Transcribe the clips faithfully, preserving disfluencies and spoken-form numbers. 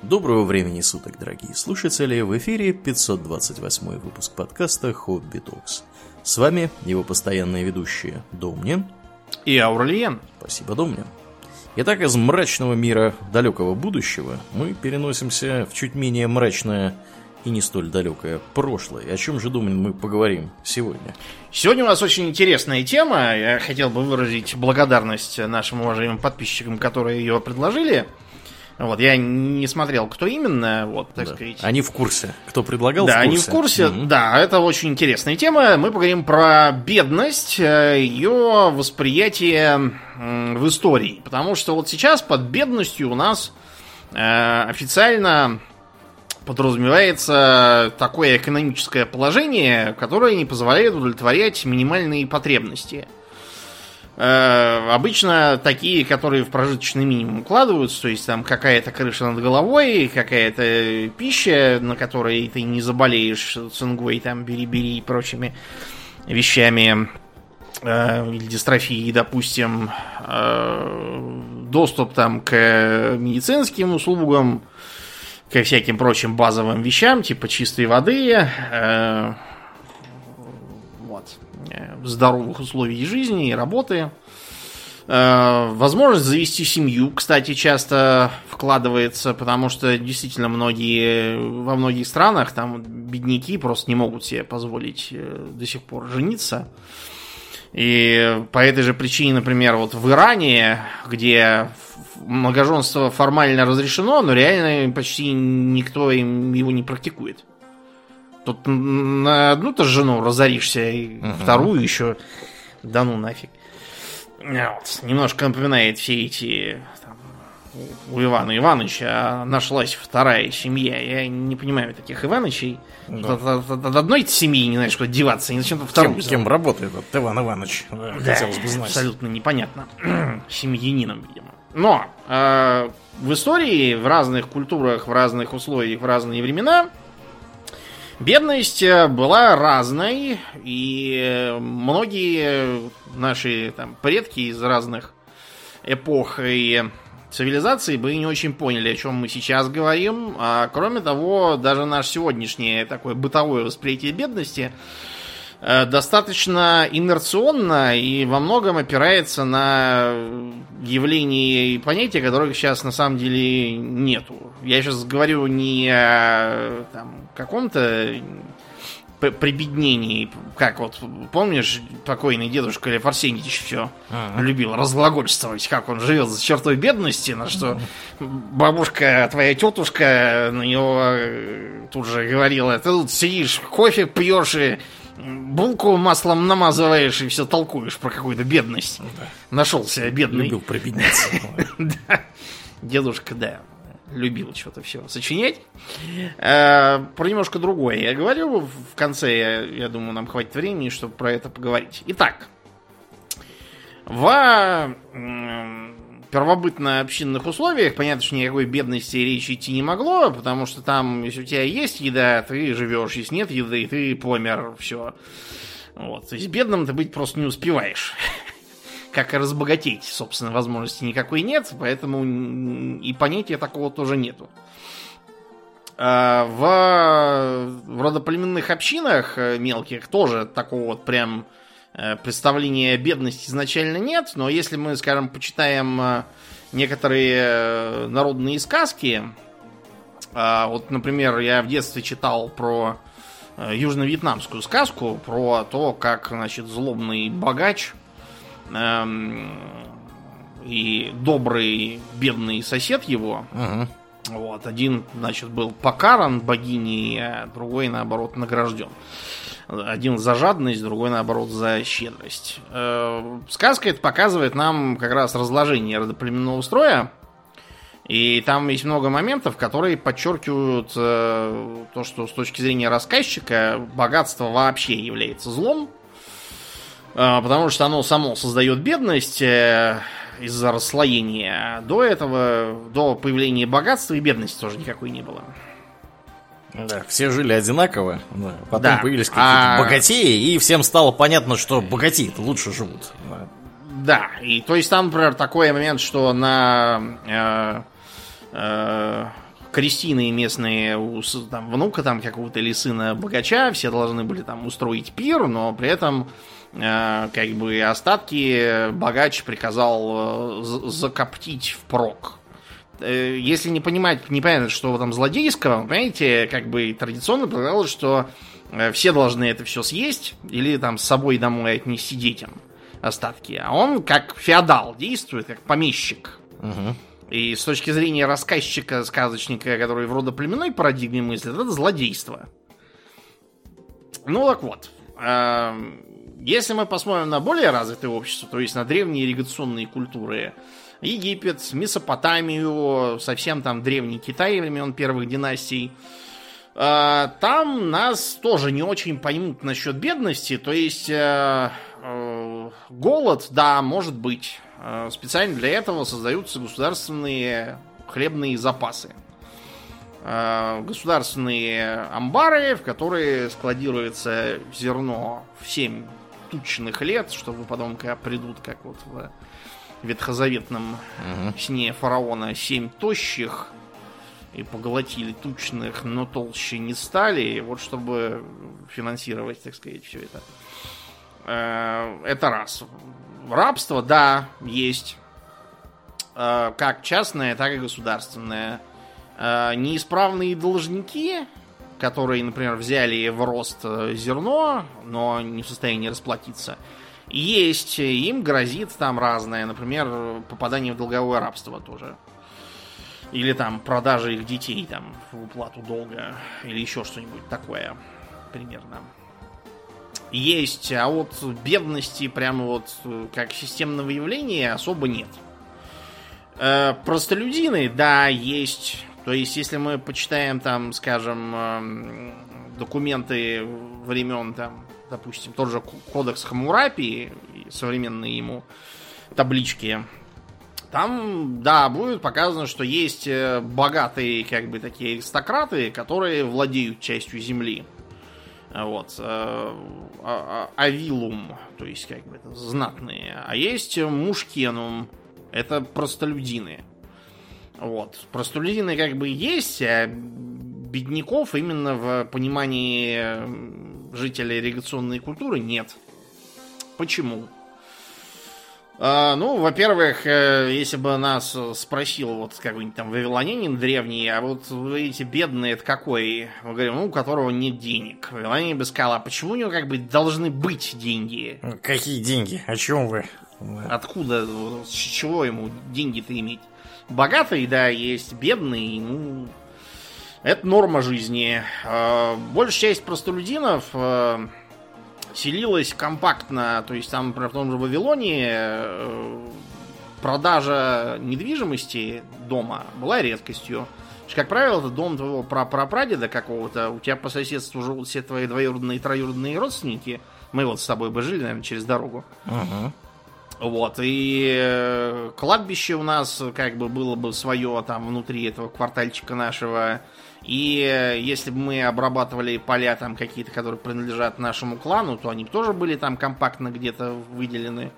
Доброго времени суток, дорогие слушатели! В эфире пятьсот двадцать восьмой выпуск подкаста Хобби Токс. С вами его постоянные ведущие Домнин и Аурлиен. Спасибо, Домнин. Итак, из мрачного мира далекого будущего мы переносимся в чуть менее мрачное и не столь далекое прошлое. И о чем же, Домнин, мы поговорим сегодня? Сегодня у нас очень интересная тема. Я хотел бы выразить благодарность нашим уважаемым подписчикам, которые ее предложили. Вот, я не смотрел, кто именно, вот, так да. сказать. Они в курсе. Кто предлагал, да, в курсе. они в курсе, mm-hmm. да, это очень интересная тема. Мы поговорим про бедность, ее восприятие в истории. Потому что вот сейчас под бедностью у нас э, официально подразумевается такое экономическое положение, которое не позволяет удовлетворять минимальные потребности. Э, обычно такие, которые в прожиточный минимум укладываются, то есть там какая-то крыша над головой, какая-то пища, на которой ты не заболеешь цингой, там, бери-бери и прочими вещами, э, или дистрофией, допустим, э, доступ там к медицинским услугам, ко всяким прочим базовым вещам, типа чистой воды, э, здоровых условий жизни и работы. Э, возможность завести семью, кстати, часто вкладывается, потому что действительно многие, во многих странах там бедняки просто не могут себе позволить э, до сих пор жениться. И по этой же причине, например, вот в Иране, где многоженство формально разрешено, но реально почти никто им его не практикует. Тут на одну-то жену разоришься, и uh-huh. вторую еще, да ну нафиг. Вот. Немножко напоминает все эти там, у Ивана Ивановича нашлась вторая семья. Я не понимаю таких Иванычей. Да. От, от, от, от одной семьи не знаешь, куда деваться, и зачем-то вторую. Кем, кем работает этот Иван Иванович? Да, да, хотелось бы знать. Абсолютно непонятно. Семьянином, видимо. Но э, в истории, в разных культурах, в разных условиях, в разные времена бедность была разной, и многие наши там, предки из разных эпох и цивилизаций бы не очень поняли, о чем мы сейчас говорим. А кроме того, даже наше сегодняшнее такое бытовое восприятие бедности достаточно инерционно и во многом опирается на явления и понятия, которых сейчас на самом деле нету. Я сейчас говорю не о там, каком-то прибеднении, как вот, помнишь, покойный дедушка Лев Арсеньевич все А-а. любил разглагольствовать, как он живет за чертой бедности, на что бабушка, твоя тетушка на него тут же говорила: ты тут сидишь, кофе пьешь и булку маслом намазываешь и все толкуешь про какую-то бедность. Да. Нашелся бедный. Любил прибедняться. Да. Дедушка, да, любил что-то все сочинять. Про немножко другое я говорю. В конце, я думаю, нам хватит времени, чтобы про это поговорить. Итак, в первобытно-общинных условиях, понятно, что никакой бедности речи идти не могло, потому что там, если у тебя есть еда, ты живешь, если нет еды, ты помер, все. Вот. То есть бедным ты быть просто не успеваешь. Как и разбогатеть, собственно, возможности никакой нет, поэтому и понятия такого тоже нету. В, в родоплеменных общинах мелких тоже такого вот прям представления о бедности изначально нет, но если мы, скажем, почитаем некоторые народные сказки, вот, например, я в детстве читал про южно-вьетнамскую сказку, про то, как, значит, злобный богач эм, и добрый бедный сосед его, uh-huh. вот, один, значит, был покаран богиней, а другой, наоборот, награжден. Один за жадность, другой, наоборот, за щедрость. Э, сказка это показывает нам как раз разложение родоплеменного строя. И там есть много моментов, которые подчеркивают э, то, что с точки зрения рассказчика богатство вообще является злом. Э, потому что оно само создает бедность э, из-за расслоения. А до этого, до появления богатства и бедности тоже никакой не было. Да, все жили одинаково, да. Потом да. появились какие-то а... богатеи, и всем стало понятно, что богатеи лучше живут. Да. да, и то есть там, например, такой момент, что на э, э, крестины местные у там, внука там какого-то или сына богача, все должны были там устроить пир, но при этом э, как бы остатки богач приказал э, закоптить впрок. Э, если не понимать, не понятно, что в этом злодейского, понимаете, как бы традиционно предполагалось, что э, все должны это все съесть или там с собой домой отнести детям остатки. А он как феодал действует, как помещик. Угу. И с точки зрения рассказчика, сказочника, который в родоплеменной парадигме мыслит, это злодейство. Ну так вот. Если мы посмотрим на более развитые общества, то есть на древние ирригационные культуры, Египет, Месопотамию, совсем там древний Китай времен первых династий, там нас тоже не очень поймут насчет бедности. То есть голод, да, может быть. Специально для этого создаются государственные хлебные запасы. Государственные амбары, в которые складируется зерно в семь тучных лет, чтобы потом, когда придут, как вот в ветхозаветном угу. сне фараона, семь тощих и поглотили тучных, но толще не стали, вот чтобы финансировать, так сказать, все это. Это раз. Рабство, да, есть. Как частное, так и государственное. Неисправные должники, которые, например, взяли в рост зерно, но не в состоянии расплатиться, есть. Им грозит там разное. Например, попадание в долговое рабство тоже. Или там продажа их детей там, в уплату долга. Или еще что-нибудь такое. Примерно. Есть, а вот бедности прямо вот как системного явления особо нет. Э, простолюдины, да, есть. То есть, если мы почитаем там, скажем, э, документы времен там, допустим, тот же кодекс Хаммурапи и современные ему таблички, там, да, будет показано, что есть богатые, как бы, такие аристократы, которые владеют частью земли. Вот. Авилум, то есть, как бы, это знатные. А есть мушкенум, это простолюдины. Вот. Простолюдины, как бы, есть, а бедняков именно в понимании жителей ирригационной культуры нет. Почему? А, ну, во-первых, если бы нас спросил вот какой-нибудь там вавилонянин древний, а вот вы эти бедные, это какой? Мы говорим, ну, у которого нет денег. Вавилонянин бы сказал, а почему у него как бы должны быть деньги? Какие деньги? О чем вы? Откуда? С чего ему деньги-то иметь? Богатые, да, есть, бедные, ну, это норма жизни. Большая часть простолюдинов селилась компактно, то есть там, например, в том же Вавилоне продажа недвижимости дома была редкостью. Как правило, это дом твоего прапрапрадеда какого-то, у тебя по соседству живут все твои двоюродные и троюродные родственники. Мы вот с тобой бы жили, наверное, через дорогу. Угу. Вот, и кладбище у нас как бы было бы свое там внутри этого квартальчика нашего. И если бы мы обрабатывали поля там какие-то, которые принадлежат нашему клану, то они бы тоже были там компактно где-то выделены.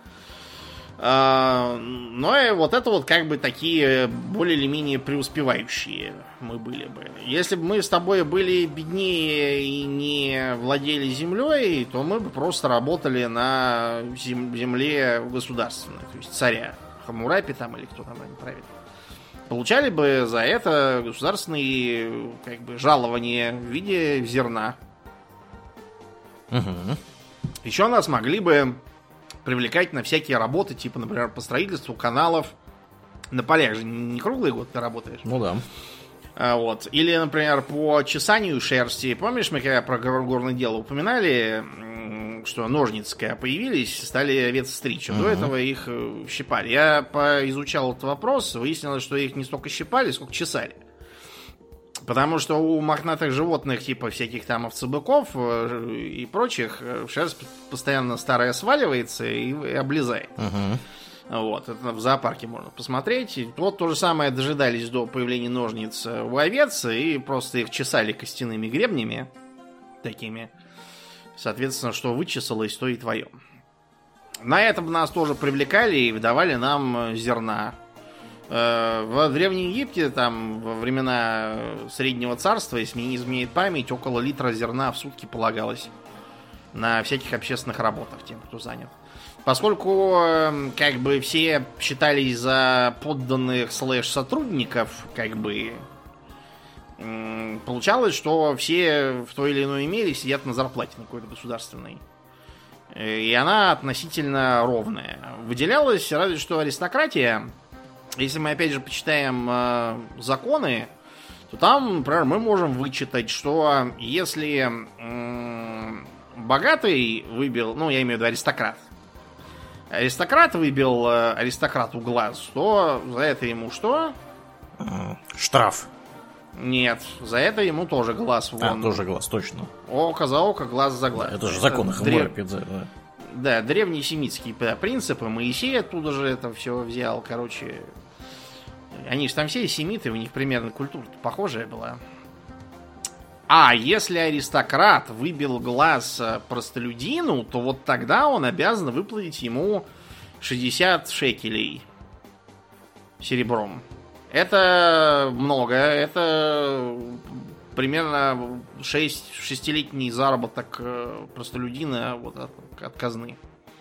Но и вот это вот как бы такие более или менее преуспевающие мы были бы. Если бы мы с тобой были беднее и не владели землей, то мы бы просто работали на земле государственной, то есть царя Хаммурапи там или кто там правит. Получали бы за это государственные как бы жалования в виде зерна. Угу. Еще нас могли бы привлекать на всякие работы, типа, например, по строительству каналов. На полях же не круглый год ты работаешь. Ну да. А, вот. Или, например, по чесанию шерсти. Помнишь, мы когда про горное дело упоминали, что ножницы, когда появились, стали овец стричь. Угу. До этого их щипали. Я поизучал этот вопрос, выяснилось, что их не столько щипали, сколько чесали. Потому что у мохнатых животных, типа всяких там овцебыков и прочих, шерсть постоянно старая сваливается и облезает. Угу. Вот, это в зоопарке можно посмотреть. И вот то же самое дожидались до появления ножниц у овец, и просто их чесали костяными гребнями такими. Соответственно, что вычесалось, то и твое. На этом нас тоже привлекали и выдавали нам зерна. В Древнем Египте, там, во времена Среднего Царства, если мне не изменяет память, около литра зерна в сутки полагалось на всяких общественных работах тем, кто занят. Поскольку, как бы, все считались за подданных слэш-сотрудников, как бы, получалось, что все в той или иной мере сидят на зарплате на какой-то государственной. И она относительно ровная. Выделялась разве что аристократия. Если мы, опять же, почитаем э, законы, то там, например, мы можем вычитать, что если э, богатый выбил, ну, я имею в виду аристократ, аристократ выбил э, аристократу глаз, то за это ему что? Штраф. Нет, за это ему тоже глаз вон. А, тоже глаз, точно. Око за око, глаз за глаз. Да, это же закон Хаммурапи, древ... да. Да, древнесемитские принципы. Моисей оттуда же это все взял. Короче, они же там все семиты, у них примерно культура похожая была. А если аристократ выбил глаз простолюдину, то вот тогда он обязан выплатить ему шестьдесят шекелей серебром. Это много, это примерно шесть, шестилетний заработок простолюдина вот от, от казны.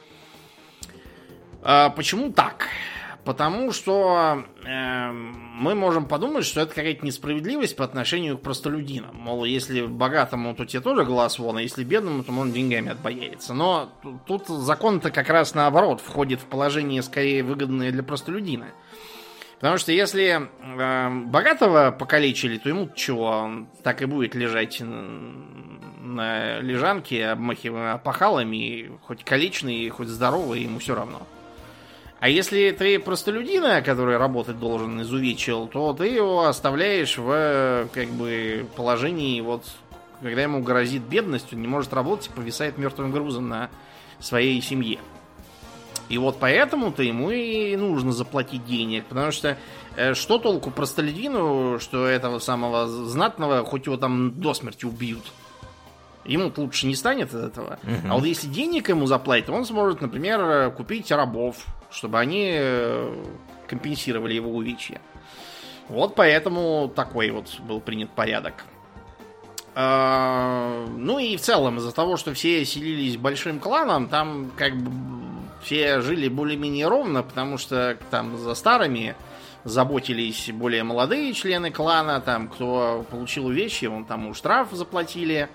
А почему так? Потому что э, мы можем подумать, что это какая-то несправедливость по отношению к простолюдинам. Мол, если богатому, то тебе тоже глаз вон, а если бедному, то он деньгами отбоярится. Но тут закон-то как раз наоборот входит в положение скорее выгодное для простолюдина. Потому что если э, богатого покалечили, то ему чего? Он так и будет лежать на, на лежанке, обмахивая опахалами, хоть калечный, хоть здоровый, ему все равно. А если ты простолюдина, который работать должен, изувечил, то ты его оставляешь в, как бы, положении, вот, когда ему грозит бедность, он не может работать и повисает мертвым грузом на своей семье. И вот поэтому-то ему и нужно заплатить денег, потому что э, что толку простолюдину, что этого самого знатного, хоть его там до смерти убьют. Ему-то лучше не станет от этого. Uh-huh. А вот если денег ему заплатить, он сможет, например, купить рабов, чтобы они компенсировали его увечья. Вот поэтому такой вот был принят порядок. А, ну и в целом из-за того, что все селились большим кланом, там как бы все жили более-менее ровно, потому что там за старыми заботились более молодые члены клана, там кто получил увечья, вон тому штраф заплатили.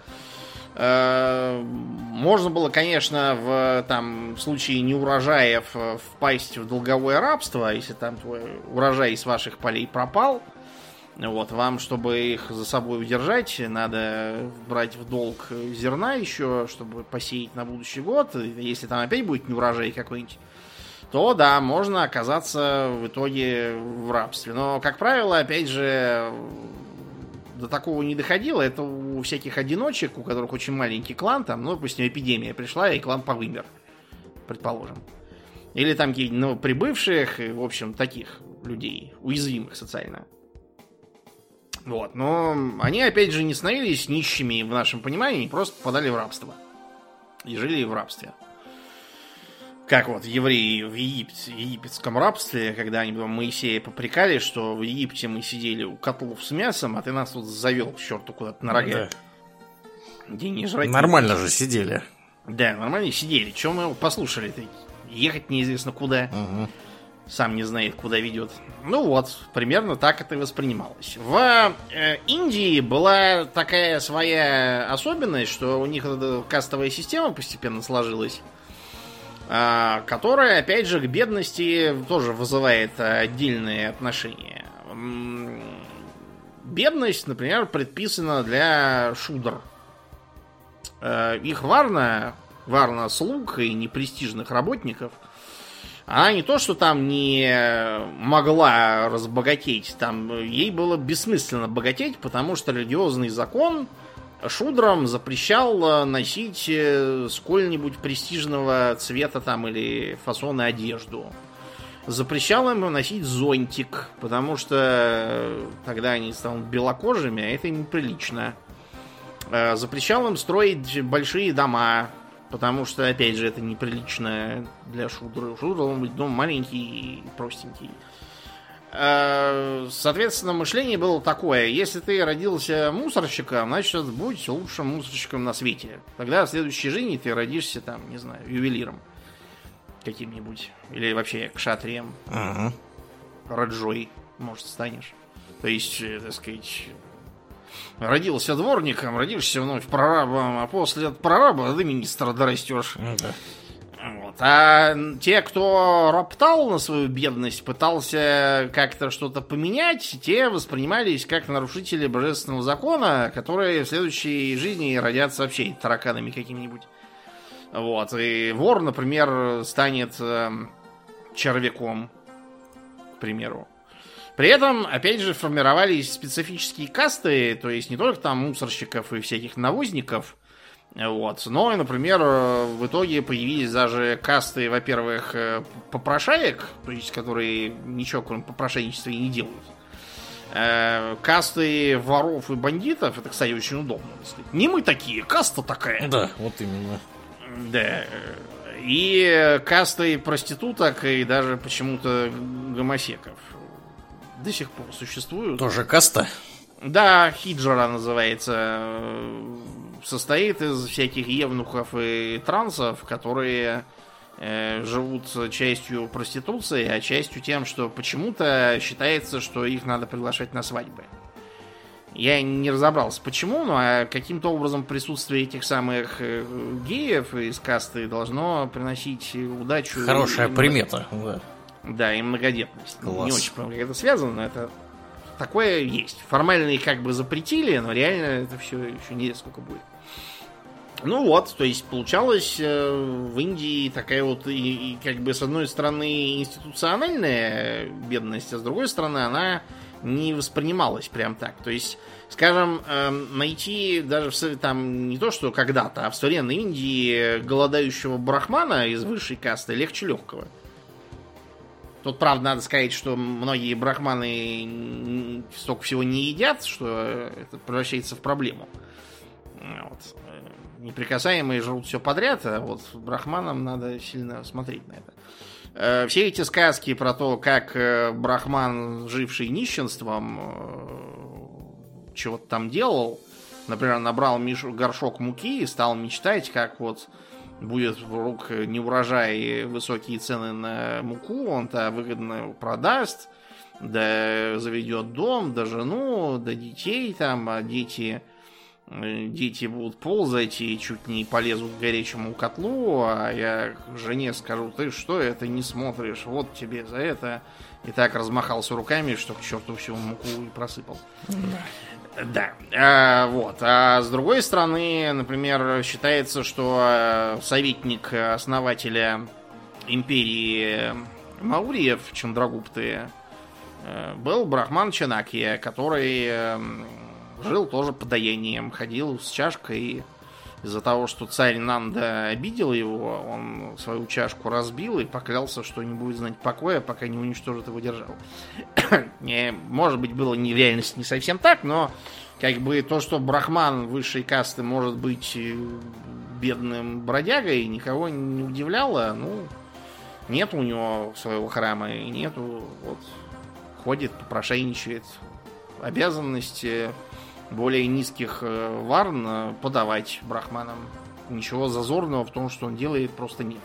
Можно было, конечно, в там, случае неурожаев впасть в долговое рабство, если там твой урожай с ваших полей пропал. Вот, вам, чтобы их за собой удержать, надо брать в долг зерна еще, чтобы посеять на будущий год. Если там опять будет неурожай какой-нибудь, то да, можно оказаться в итоге в рабстве. Но, как правило, опять же, до такого не доходило. Это у всяких одиночек, у которых очень маленький клан, там, ну, допустим, эпидемия пришла, и клан повымер, предположим. Или там какие-нибудь новоприбывших, в общем, таких людей, уязвимых социально. Вот, но они, опять же, не становились нищими в нашем понимании, просто попадали в рабство. И жили в рабстве. Как вот евреи в, Египте, в египетском рабстве, когда они потом Моисея попрекали, что в Египте мы сидели у котлов с мясом, а ты нас тут завел к черту куда-то на рога. Да. Где не жрать. Нормально же сидели. Да, нормально сидели. Чем мы его послушали-то? Ехать неизвестно куда. Угу. Сам не знает, куда ведет. Ну вот, примерно так это и воспринималось. В э, Индии была такая своя особенность, что у них эта кастовая система постепенно сложилась, э, которая, опять же, к бедности тоже вызывает отдельные отношения. Бедность, например, предписана для шудр. Э, их варна, варна слуг и непрестижных работников, она не то, что там не могла разбогатеть, там ей было бессмысленно богатеть, потому что религиозный закон шудрам запрещал носить сколь-нибудь престижного цвета там или фасона одежду. Запрещал им носить зонтик, потому что тогда они станут белокожими, а это неприлично. Запрещал им строить большие дома, потому что, опять же, это неприлично для шудра. Шудра, он будет дом маленький и простенький. Соответственно, мышление было такое. Если ты родился мусорщиком, значит, будь лучшим мусорщиком на свете. Тогда в следующей жизни ты родишься, там, не знаю, ювелиром каким-нибудь. Или вообще кшатрием. Ага. Раджой, может, станешь. То есть, так сказать, родился дворником, родишься вновь прорабом, а после от прораба до министра дорастешь. Да. Вот. А те, кто роптал на свою бедность, пытался как-то что-то поменять, те воспринимались как нарушители божественного закона, которые в следующей жизни родятся вообще тараканами какими-нибудь. Вот. И вор, например, станет э, червяком, к примеру. При этом, опять же, формировались специфические касты, то есть не только там мусорщиков и всяких навозников, вот, но и, например, в итоге появились даже касты, во-первых, попрошаек, то есть которые ничего кроме попрошайничества и не делают. Касты воров и бандитов, это, кстати, очень удобно. Не мы такие, каста такая. Да, вот именно. Да. И касты проституток, и даже почему-то гомосеков до сих пор существуют. Тоже каста? Да, хиджара называется. Состоит из всяких евнухов и трансов, которые э, живут частью проституции, а частью тем, что почему-то считается, что их надо приглашать на свадьбы. Я не разобрался, почему, но каким-то образом присутствие этих самых геев из касты должно приносить удачу. Хорошая и, примета, да. Да, и многодетность. Класс. Не очень понимаю, как это связано, но это такое есть. Формально их как бы запретили, но реально это все еще не сколько будет. Ну вот, то есть получалось э, в Индии такая вот, и, и как бы с одной стороны институциональная бедность, а с другой стороны она не воспринималась прям так. То есть, скажем, э, найти даже в, там не то что когда-то, а в современной Индии голодающего брахмана из высшей касты легче легкого. Тут, правда, надо сказать, что многие брахманы столько всего не едят, что это превращается в проблему. Вот. Неприкасаемые жрут все подряд, а вот брахманам надо сильно смотреть на это. Все эти сказки про то, как брахман, живший нищенством, чего-то там делал, например, набрал горшок муки и стал мечтать, как вот будет вдруг неурожай и высокие цены на муку, он-то выгодно продаст, да заведет дом, да жену, да детей там, а дети... Дети будут ползать и чуть не полезут к горячему котлу, а я жене скажу: ты что это не смотришь, вот тебе за это. И так размахался руками, что к черту всю муку и просыпал. Да, а, вот. А с другой стороны, например, считается, что советник основателя империи Мауриев, Чандрагупты, был брахман Чанакья, который жил тоже подаянием, ходил с чашкой, и из-за того, что царь Нанда обидел его, он свою чашку разбил и поклялся, что не будет знать покоя, пока не уничтожит его державу. Может быть, было не в реальности не совсем так, но как бы то, что брахман высшей касты может быть бедным бродягой, никого не удивляло. Ну, нет у него своего храма, и нету, вот, ходит, попрошайничает. Обязанности более низких варн подавать брахманам. Ничего зазорного в том, что он делает, просто нет.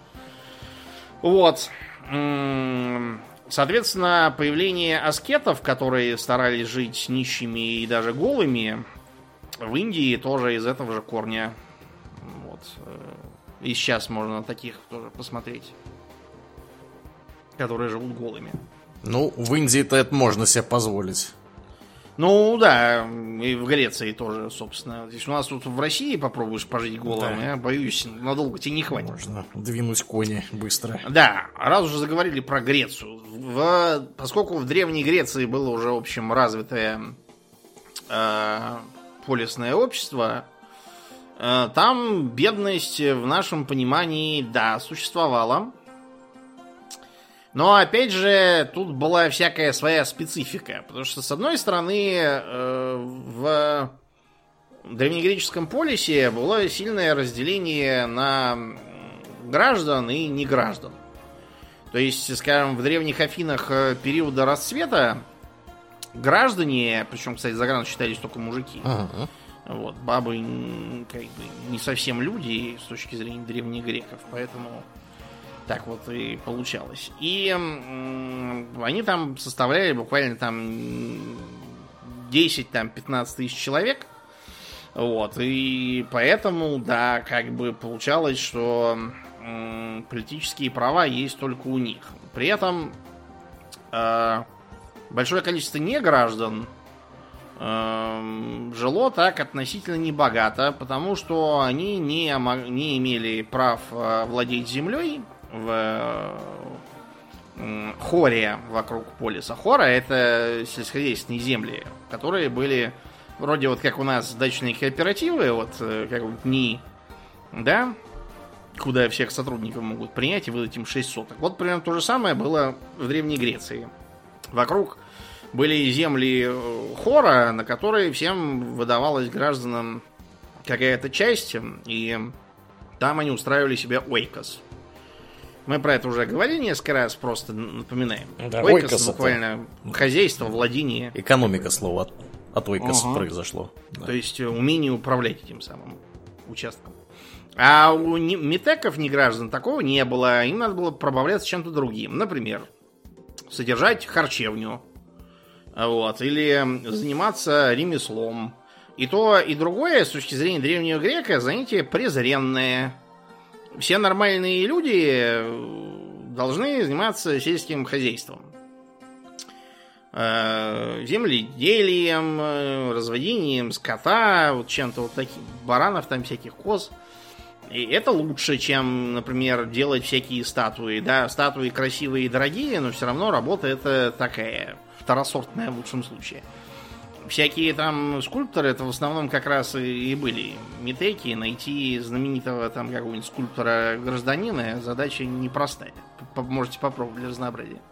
Вот. Соответственно, появление аскетов, которые старались жить нищими и даже голыми, в Индии тоже из этого же корня. Вот. И сейчас можно таких тоже посмотреть, которые живут голыми. Ну, в Индии-то это можно себе позволить. Ну да, и в Греции тоже, собственно. Здесь у нас тут в России попробуешь пожить голым, да. Я боюсь, надолго тебе не хватит. Можно двинуть кони быстро. Да, раз уже заговорили про Грецию. В, поскольку в Древней Греции было уже, в общем, развитое э, полисное общество, э, там бедность в нашем понимании, да, существовала. Но, опять же, тут была всякая своя специфика. Потому что, с одной стороны, в древнегреческом полисе было сильное разделение на граждан и неграждан. То есть, скажем, в древних Афинах периода расцвета граждане, причем, кстати, за границей считались только мужики, uh-huh. вот, бабы как бы не совсем люди с точки зрения древних греков, поэтому так вот и получалось. И м- они там составляли буквально там десять-пятнадцать тысяч человек. Вот, и поэтому, да, как бы получалось, что м- политические права есть только у них. При этом э- большое количество неграждан э- жило так относительно небогато, потому что они не, не имели прав э- владеть землей в э- хоре вокруг полиса. Хора — это сельскохозяйственные земли, которые были вроде вот как у нас дачные кооперативы, вот как вот НИИ, да, куда всех сотрудников могут принять и выдать им шесть соток. Вот примерно то же самое было в Древней Греции. Вокруг были земли хора, на которые всем выдавалась гражданам какая-то часть, и там они устраивали себе ойкос. Мы про это уже говорили несколько раз, просто напоминаем. Да, ойкос, ойкос буквально это... хозяйство, владение. Экономика слова от ойкос ага. произошло. Да. То есть умение управлять этим самым участком. А у метеков, не граждан, такого не было. Им надо было пробавляться чем-то другим. Например, содержать харчевню. Вот, или заниматься ремеслом. И то, и другое, с точки зрения древнего грека, занятие презренное. Все нормальные люди должны заниматься сельским хозяйством. Земледелием, разводением скота, вот чем-то вот таким, баранов там всяких, коз. И это лучше, чем, например, делать всякие статуи. Да, статуи красивые и дорогие, но все равно работа это такая, второсортная в лучшем случае. Всякие там скульпторы, это в основном как раз и были метеки. Найти знаменитого там какого-нибудь скульптора-гражданина задача непростая. Можете попробовать для разнообразия.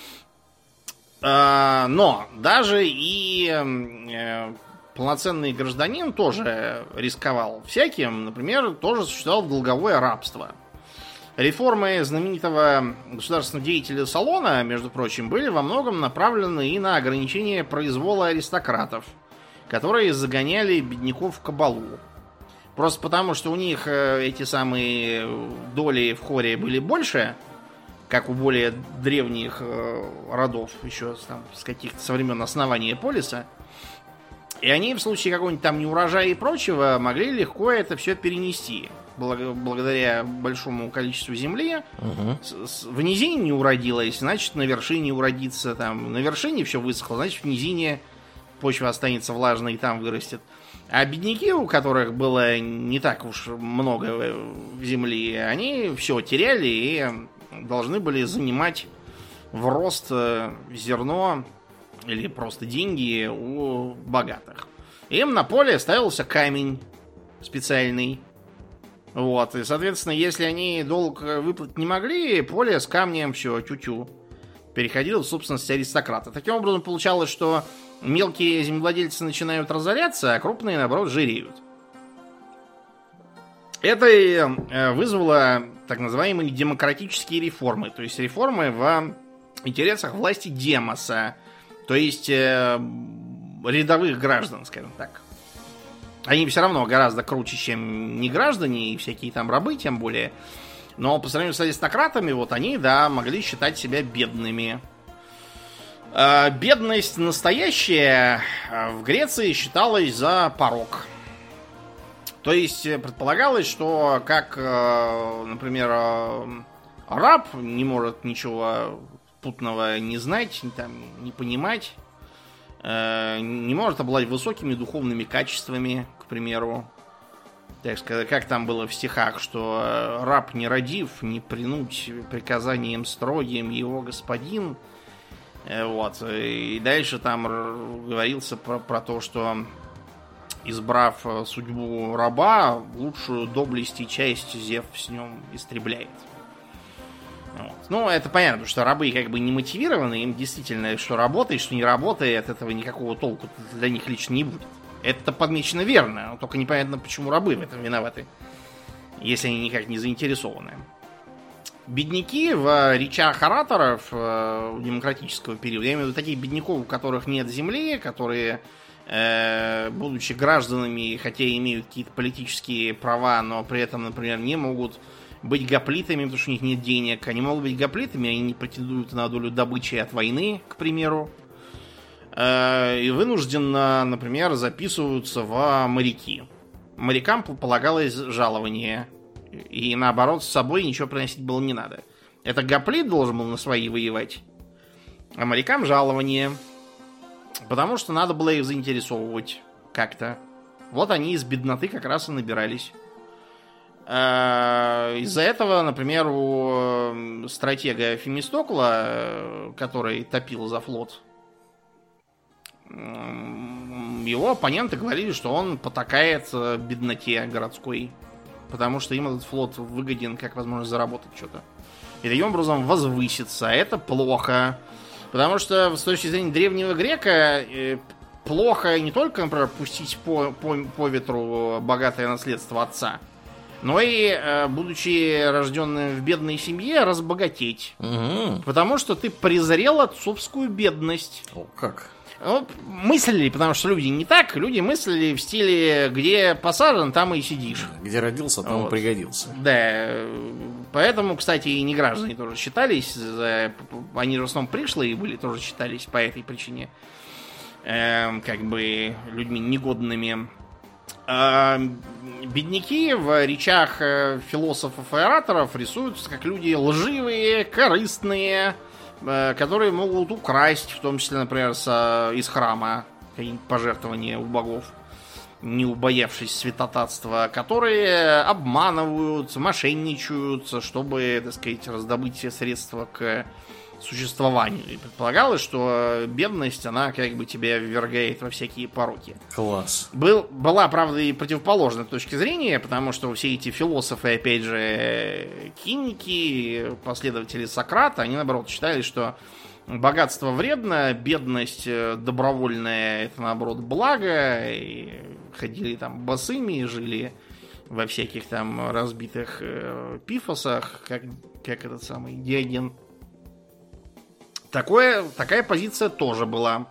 Но даже и э, полноценный гражданин тоже рисковал всяким. Например, тоже существовало долговое рабство. Реформы знаменитого государственного деятеля Солона, между прочим, были во многом направлены и на ограничение произвола аристократов, которые загоняли бедняков в кабалу. Просто потому, что у них эти самые доли в хоре были больше, как у более древних э, родов, еще там, с каких-то со времен основания полиса. И они в случае какого-нибудь там неурожая и прочего могли легко это все перенести. Благ- благодаря большому количеству земли. Угу. С- с- в низине не уродилось, значит на вершине уродится. Там, на вершине все высохло, значит в низине почва останется влажной и там вырастет. А бедняки, у которых было не так уж много земли, они все теряли и должны были занимать в рост зерно или просто деньги у богатых. Им на поле ставился камень специальный. Вот. И, соответственно, если они долг выплатить не могли, поле с камнем все, тю-тю, переходило в собственность аристократа. Таким образом, получалось, что мелкие землевладельцы начинают разоряться, а крупные, наоборот, жиреют. Это вызвало так называемые демократические реформы, то есть реформы в интересах власти демоса, то есть э, рядовых граждан, скажем так. Они все равно гораздо круче, чем неграждане и всякие там рабы, тем более. Но по сравнению с аристократами, вот они, да, могли считать себя бедными. Э, бедность настоящая в Греции считалась за порок. То есть предполагалось, что как, например, раб не может ничего путного не знать, там, не понимать, не может обладать высокими духовными качествами, к примеру. Так сказать, как там было в стихах, что раб не родив, не принуть приказанием строгим его господин. Вот. И дальше там говорился про, про то, что избрав судьбу раба, лучшую доблесть и часть Зев с ним истребляет. Вот. Ну, это понятно, потому что рабы как бы не мотивированы, им действительно, что работает, что не работает, от этого никакого толку для них лично не будет. Это подмечено верно, но только непонятно, почему рабы в этом виноваты, если они никак не заинтересованы. Бедняки в речах ораторов демократического периода, я имею в виду таких бедняков, у которых нет земли, которые, будучи гражданами, хотя и имеют какие-то политические права, но при этом, например, не могут быть гоплитами, потому что у них нет денег. Они могут быть гоплитами, они не претендуют на долю добычи от войны, к примеру. И вынужденно, например, записываются в моряки. Морякам полагалось жалование. И наоборот, с собой ничего приносить было не надо. Это гоплит должен был на свои воевать. А морякам жалование. Потому что надо было их заинтересовывать как-то. Вот они из бедноты как раз и набирались. Из-за этого, например, у стратега Фемистокла, который топил за флот, его оппоненты говорили, что он потакает бедноте городской, потому что им этот флот выгоден как возможность заработать что-то. И таким образом возвыситься. Это плохо. Потому что с точки зрения древнего грека плохо не только, например, пустить по, по, по ветру богатое наследство отца, но и, будучи рожденным в бедной семье, разбогатеть. Угу. Потому что ты презрел отцовскую бедность. О, как? Ну, мыслили, потому что люди не так. Люди мыслили в стиле, где посажен, там и сидишь. Где родился, там вот. и пригодился. Да. Поэтому, кстати, и неграждане тоже считались. Они же в основном пришлые были, тоже считались по этой причине. Эм, как бы людьми негодными. Эм, бедняки в речах философов и ораторов рисуются как люди лживые, корыстные, которые могут украсть, в том числе, например, с, из храма какие-нибудь пожертвования у богов, не убоявшись святотатства, которые обманывают, мошенничают, чтобы, так сказать, раздобыть все средства к существованию. И предполагалось, что бедность, она как бы тебя ввергает во всякие пороки. Класс. Был, была, правда, и противоположная точка зрения, потому что все эти философы, опять же, киники, последователи Сократа, они, наоборот, считали, что богатство вредно, бедность добровольная, это, наоборот, благо, и ходили там босыми, жили во всяких там разбитых э, пифосах, как, как этот самый Диоген. Такое, такая позиция тоже была.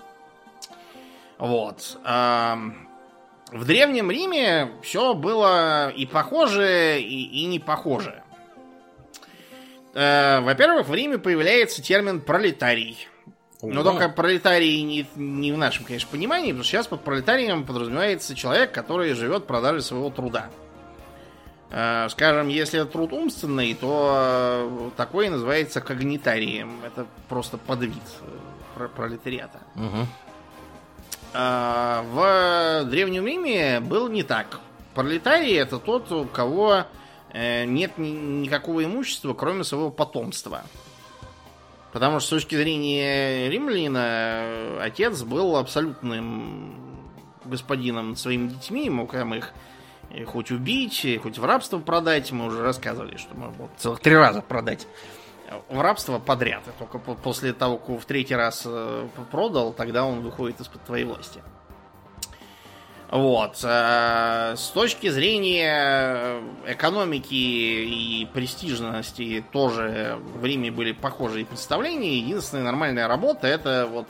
Вот. А в Древнем Риме все было и похоже, и, и не похоже. А, во-первых, в Риме появляется термин пролетарий. Но только пролетарий не, не в нашем, конечно, понимании, потому что сейчас под пролетарием подразумевается человек, который живет продажей своего труда. Скажем, если это труд умственный, то такой называется когнитарием. Это просто подвид пролетариата. Угу. В Древнем Риме было не так. Пролетарий — это тот, у кого нет никакого имущества, кроме своего потомства. Потому что с точки зрения римлянина отец был абсолютным господином над своими детьми, мог там их хоть убить, хоть в рабство продать. Мы уже рассказывали, что можно целых три раза продать в рабство подряд. И только после того, как в третий раз продал, тогда он выходит из-под твоей власти. Вот. С точки зрения экономики и престижности тоже в Риме были похожие представления. Единственная нормальная работа — это вот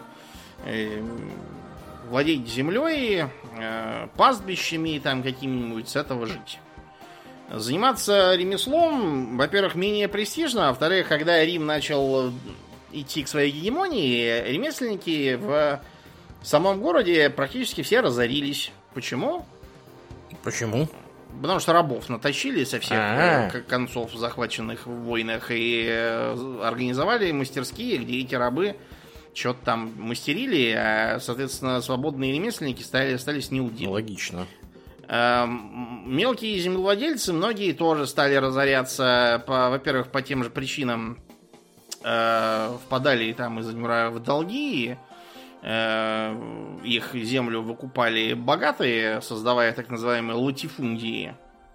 владеть землей, пастбищами там какими-нибудь, с этого жить. Заниматься ремеслом, во-первых, менее престижно, а во-вторых, когда Рим начал идти к своей гегемонии, ремесленники в самом городе практически все разорились. Почему? Почему? Потому что рабов натащили со всех А-а-а. концов, захваченных в войнах, и организовали мастерские, где эти рабы что-то там мастерили, а, соответственно, свободные ремесленники стали, остались неудел. Логично. Мелкие землевладельцы, многие тоже стали разоряться, по, во-первых, по тем же причинам э, впадали там из-за него в долги, э, их землю выкупали богатые, создавая так называемые латифундии.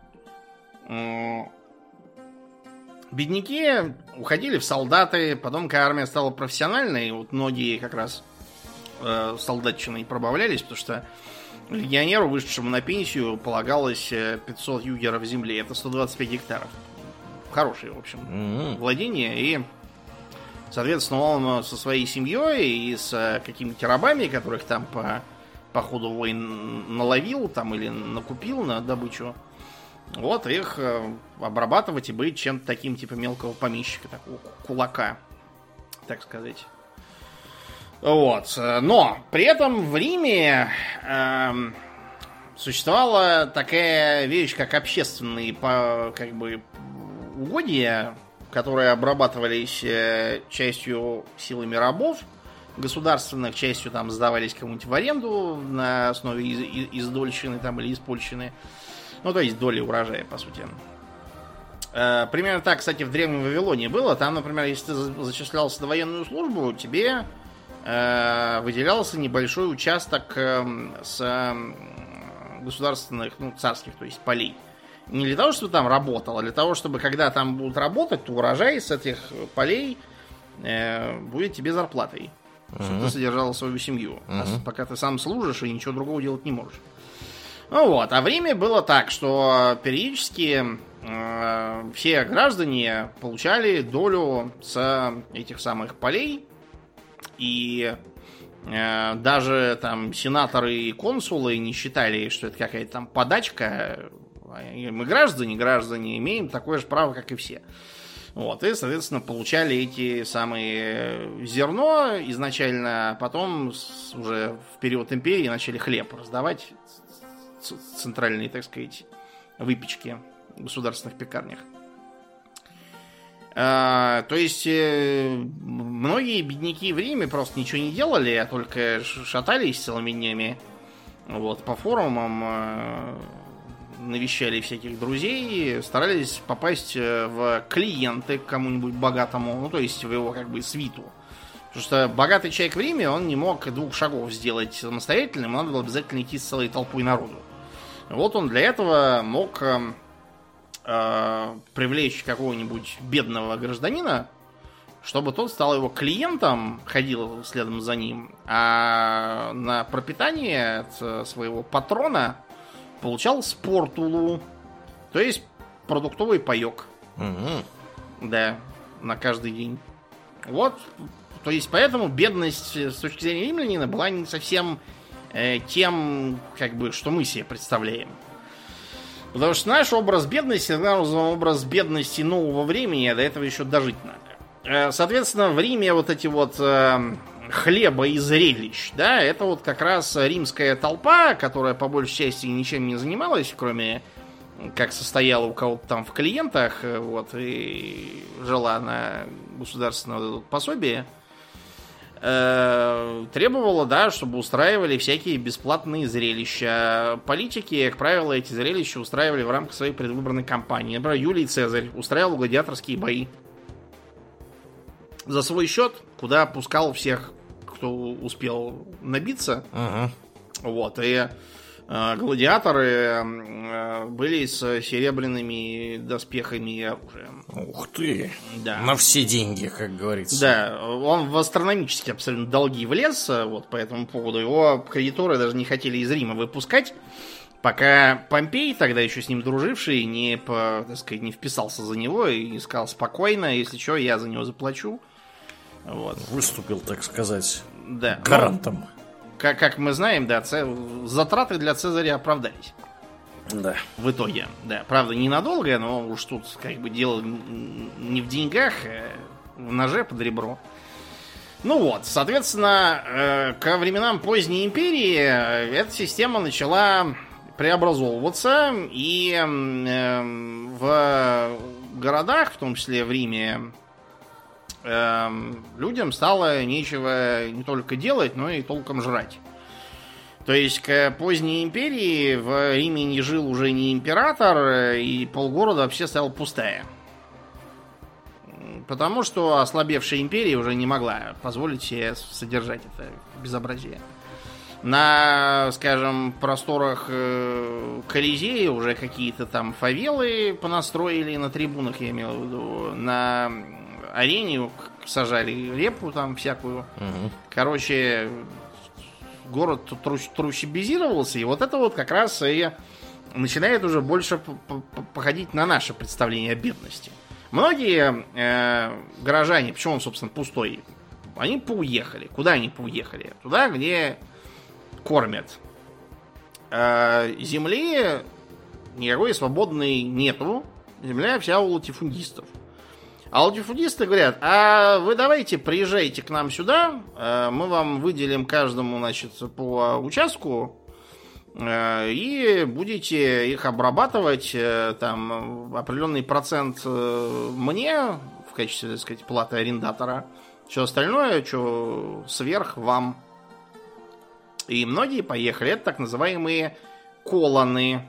Бедняки уходили в солдаты, потом, когда армия стала профессиональной, вот многие как раз э, солдатчиной пробавлялись, потому что легионеру, вышедшему на пенсию, полагалось пятьсот югеров земли, это сто двадцать пять гектаров. хорошие, в общем, Mm-hmm. владения. И, соответственно, он со своей семьей и с какими-то рабами, которых там по, по ходу войн наловил там или накупил на добычу, вот их обрабатывать и быть чем-то таким типа мелкого помещика, такого кулака, так сказать. Вот. Но при этом в Риме э, существовала такая вещь, как общественные по, как бы, угодья, которые обрабатывались э, частью силами рабов государственных, частью там сдавались кому-нибудь в аренду на основе из, из, издольщины там, или испольщины. Ну, то есть доли урожая, по сути. Э, примерно так, кстати, в Древнем Вавилоне было. Там, например, если ты зачислялся на военную службу, тебе э, выделялся небольшой участок э, с э, государственных, ну, царских, то есть полей. Не для того, чтобы там работал, а для того, чтобы, когда там будут работать, то урожай с этих полей э, будет тебе зарплатой. Uh-huh. Чтобы ты содержал свою семью. Uh-huh. Пока ты сам служишь и ничего другого делать не можешь. Ну вот, а в Риме было так, что периодически э, все граждане получали долю с этих самых полей, и э, даже там сенаторы и консулы не считали, что это какая-то там подачка. Мы граждане, граждане имеем такое же право, как и все. Вот, и, соответственно, получали эти самые зерно изначально, а потом уже в период империи начали хлеб раздавать, центральные, так сказать, выпечки в государственных пекарнях. А, то есть э, многие бедняки в Риме просто ничего не делали, а только шатались целыми днями вот, по форумам, э, навещали всяких друзей, старались попасть в клиенты к кому-нибудь богатому, ну то есть в его как бы свиту. Потому что богатый человек в Риме, он не мог двух шагов сделать самостоятельно, ему надо было обязательно идти с целой толпой народу. Вот он для этого мог э, э, привлечь какого-нибудь бедного гражданина, чтобы тот стал его клиентом, ходил следом за ним, а на пропитание от своего патрона получал спортулу, то есть продуктовый паёк. Угу. Да, на каждый день. Вот, то есть поэтому бедность с точки зрения римлянина была не совсем э, тем, как бы, что мы себе представляем. Потому что наш образ бедности, наш образ бедности нового времени, а до этого еще дожить надо. Э, соответственно, в Риме вот эти вот э, хлеба и зрелищ, да, это вот как раз римская толпа, которая по большей части ничем не занималась, кроме как состояла у кого-то там в клиентах, вот, и жила на государственное пособие, э, требовала, да, чтобы устраивали всякие бесплатные зрелища. Политики, как правило, эти зрелища устраивали в рамках своей предвыборной кампании. Например, Юлий Цезарь устраивал гладиаторские бои за свой счет, куда пускал всех, кто успел набиться. Uh-huh. Вот, и э, гладиаторы э, были с серебряными доспехами и оружием. Ух ты! Да. На все деньги, как говорится. Да, он в астрономические абсолютно долги влез, вот по этому поводу. Его кредиторы даже не хотели из Рима выпускать, пока Помпей, тогда еще с ним друживший, не, по, так сказать, не вписался за него и не сказал: спокойно, если что, я за него заплачу. Вот. Выступил, так сказать, да. гарантом. Ну, как, как мы знаем, да, ц... затраты для Цезаря оправдались. Да. В итоге, да. Правда, ненадолго, но уж тут как бы дело не в деньгах, а в ноже под ребро. Ну вот, соответственно, ко временам поздней империи эта система начала преобразовываться, и в городах, в том числе в Риме, людям стало нечего не только делать, но и толком жрать. То есть к поздней империи в Риме не жил уже не император, и полгорода вообще стояла пустая. Потому что ослабевшая империя уже не могла позволить себе содержать это безобразие. На, скажем, просторах Колизея уже какие-то там фавелы понастроили на трибунах, я имел в виду. На арене сажали репу там всякую. Угу. Короче, город трущебизировался, и вот это вот как раз и начинает уже больше походить на наше представление о бедности. Многие э, горожане, почему он, собственно, пустой, они поуехали. Куда они поуехали? Туда, где кормят. Э, земли никакой свободной нету. Земля вся у латифундистов. А латифундисты говорят: а вы давайте приезжайте к нам сюда, э, мы вам выделим каждому, значит, по участку, э, и будете их обрабатывать, э, там, определенный процент э, мне в качестве, так сказать, платы арендатора, все остальное, что сверх вам. И многие поехали. Это так называемые колоны.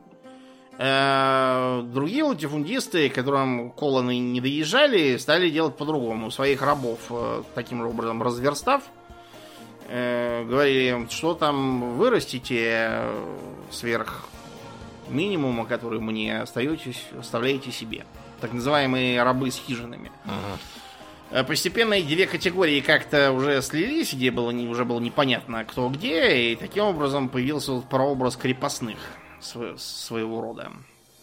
Другие латифундисты, которым колоны не доезжали, стали делать по-другому. Своих рабов таким же образом разверстав, говорили: что там вырастите сверх минимума, который мне остаетесь, оставляете себе. Так называемые рабы с хижинами. Ага. Постепенно эти две категории как-то уже слились, где было, уже было непонятно, кто где, и таким образом появился вот прообраз крепостных своего рода.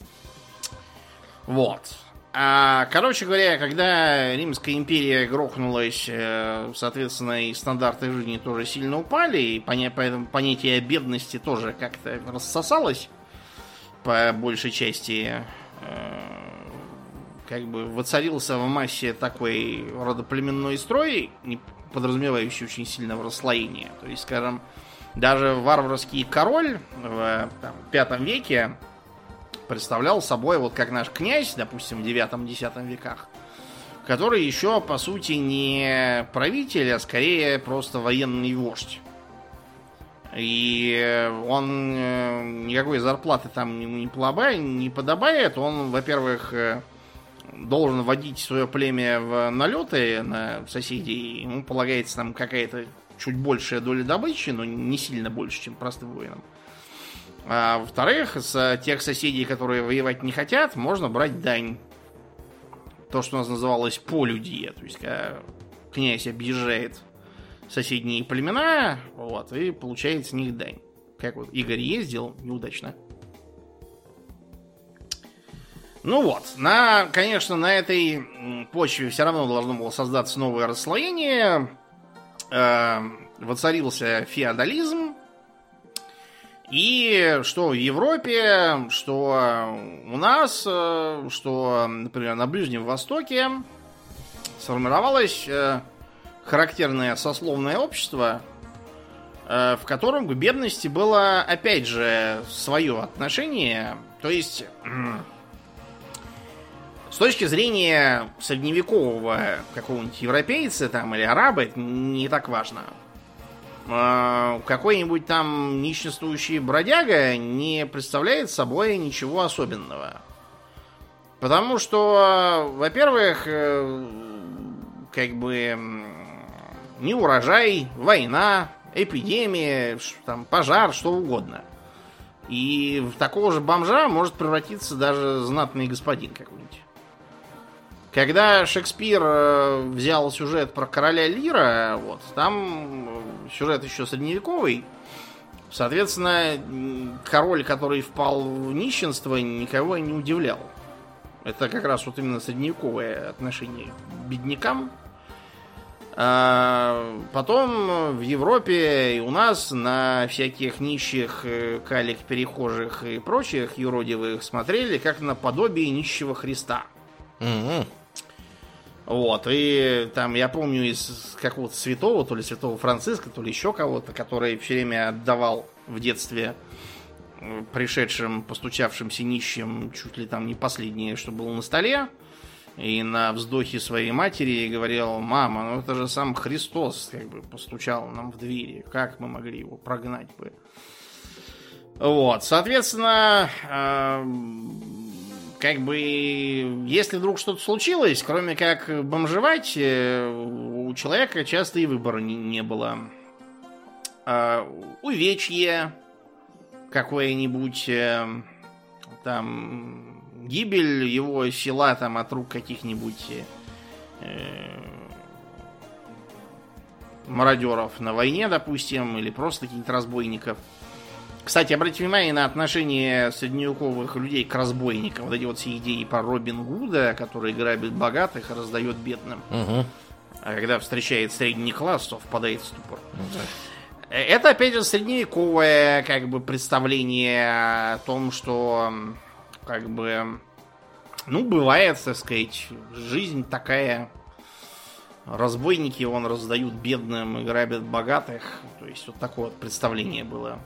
Вот. А, короче говоря, когда Римская империя грохнулась, соответственно, и стандарты жизни тоже сильно упали, и поэтому понятие бедности тоже как-то рассосалось по большей части, как бы воцарился в массе такой родоплеменной строй, подразумевающий очень сильное расслоение. То есть, скажем, даже варварский король в там, пятом веке представлял собой, вот как наш князь, допустим, в девятом-десятом веках, который еще, по сути, не правитель, а скорее просто военный вождь. И он никакой зарплаты там не, плоба, не подобает. Он, во-первых, должен водить свое племя в налеты на соседей. Ему полагается там какая-то чуть большая доля добычи, но не сильно больше, чем простым воинам. А во-вторых, с тех соседей, которые воевать не хотят, можно брать дань. То, что у нас называлось полюдье. То есть, когда князь объезжает соседние племена, вот, и получает с них дань. Как вот Игорь ездил, неудачно. Ну вот, на, конечно, на этой почве все равно должно было создаться новое расслоение. Воцарился феодализм. И что в Европе, что у нас, что, например, на Ближнем Востоке сформировалось характерное сословное общество, в котором к бедности было, опять же, свое отношение. То есть, с точки зрения средневекового какого-нибудь европейца там, или араба, это не так важно. Какой-нибудь там нищенствующий бродяга не представляет собой ничего особенного. Потому что, во-первых, как бы не урожай, война, эпидемия, там, пожар, что угодно. И в такого же бомжа может превратиться даже знатный господин какой-нибудь. Когда Шекспир взял сюжет про короля Лира, вот, там сюжет еще средневековый, соответственно, король, который впал в нищенство, никого не удивлял. Это как раз вот именно средневековое отношение к беднякам. А потом в Европе и у нас на всяких нищих калек-перехожих и прочих юродивых смотрели как на подобие нищего Христа. Mm-hmm. Вот, и там я помню из какого-то святого, то ли святого Франциска, то ли еще кого-то, который все время отдавал в детстве пришедшим, постучавшимся нищим чуть ли там не последнее, что было на столе, и на вздохе своей матери говорил: мама, ну это же сам Христос как бы постучал нам в двери, как мы могли его прогнать бы? Вот, соответственно, как бы, если вдруг что-то случилось, кроме как бомжевать, у человека часто и выбора не, не было. Увечье какое-нибудь, там, гибель его села там от рук каких-нибудь э, мародеров на войне, допустим, или просто каких-нибудь разбойников, Кстати, обратите внимание на отношение средневековых людей к разбойникам. Вот эти вот все идеи про Робин Гуда, который грабит богатых и раздает бедным. Угу. А когда встречает средний класс, то впадает в ступор. Да. Это, опять же, средневековое как бы представление о том, что как бы, ну, бывает, так сказать, жизнь такая. Разбойники, он раздают бедным и грабят богатых. То есть вот такое вот представление было.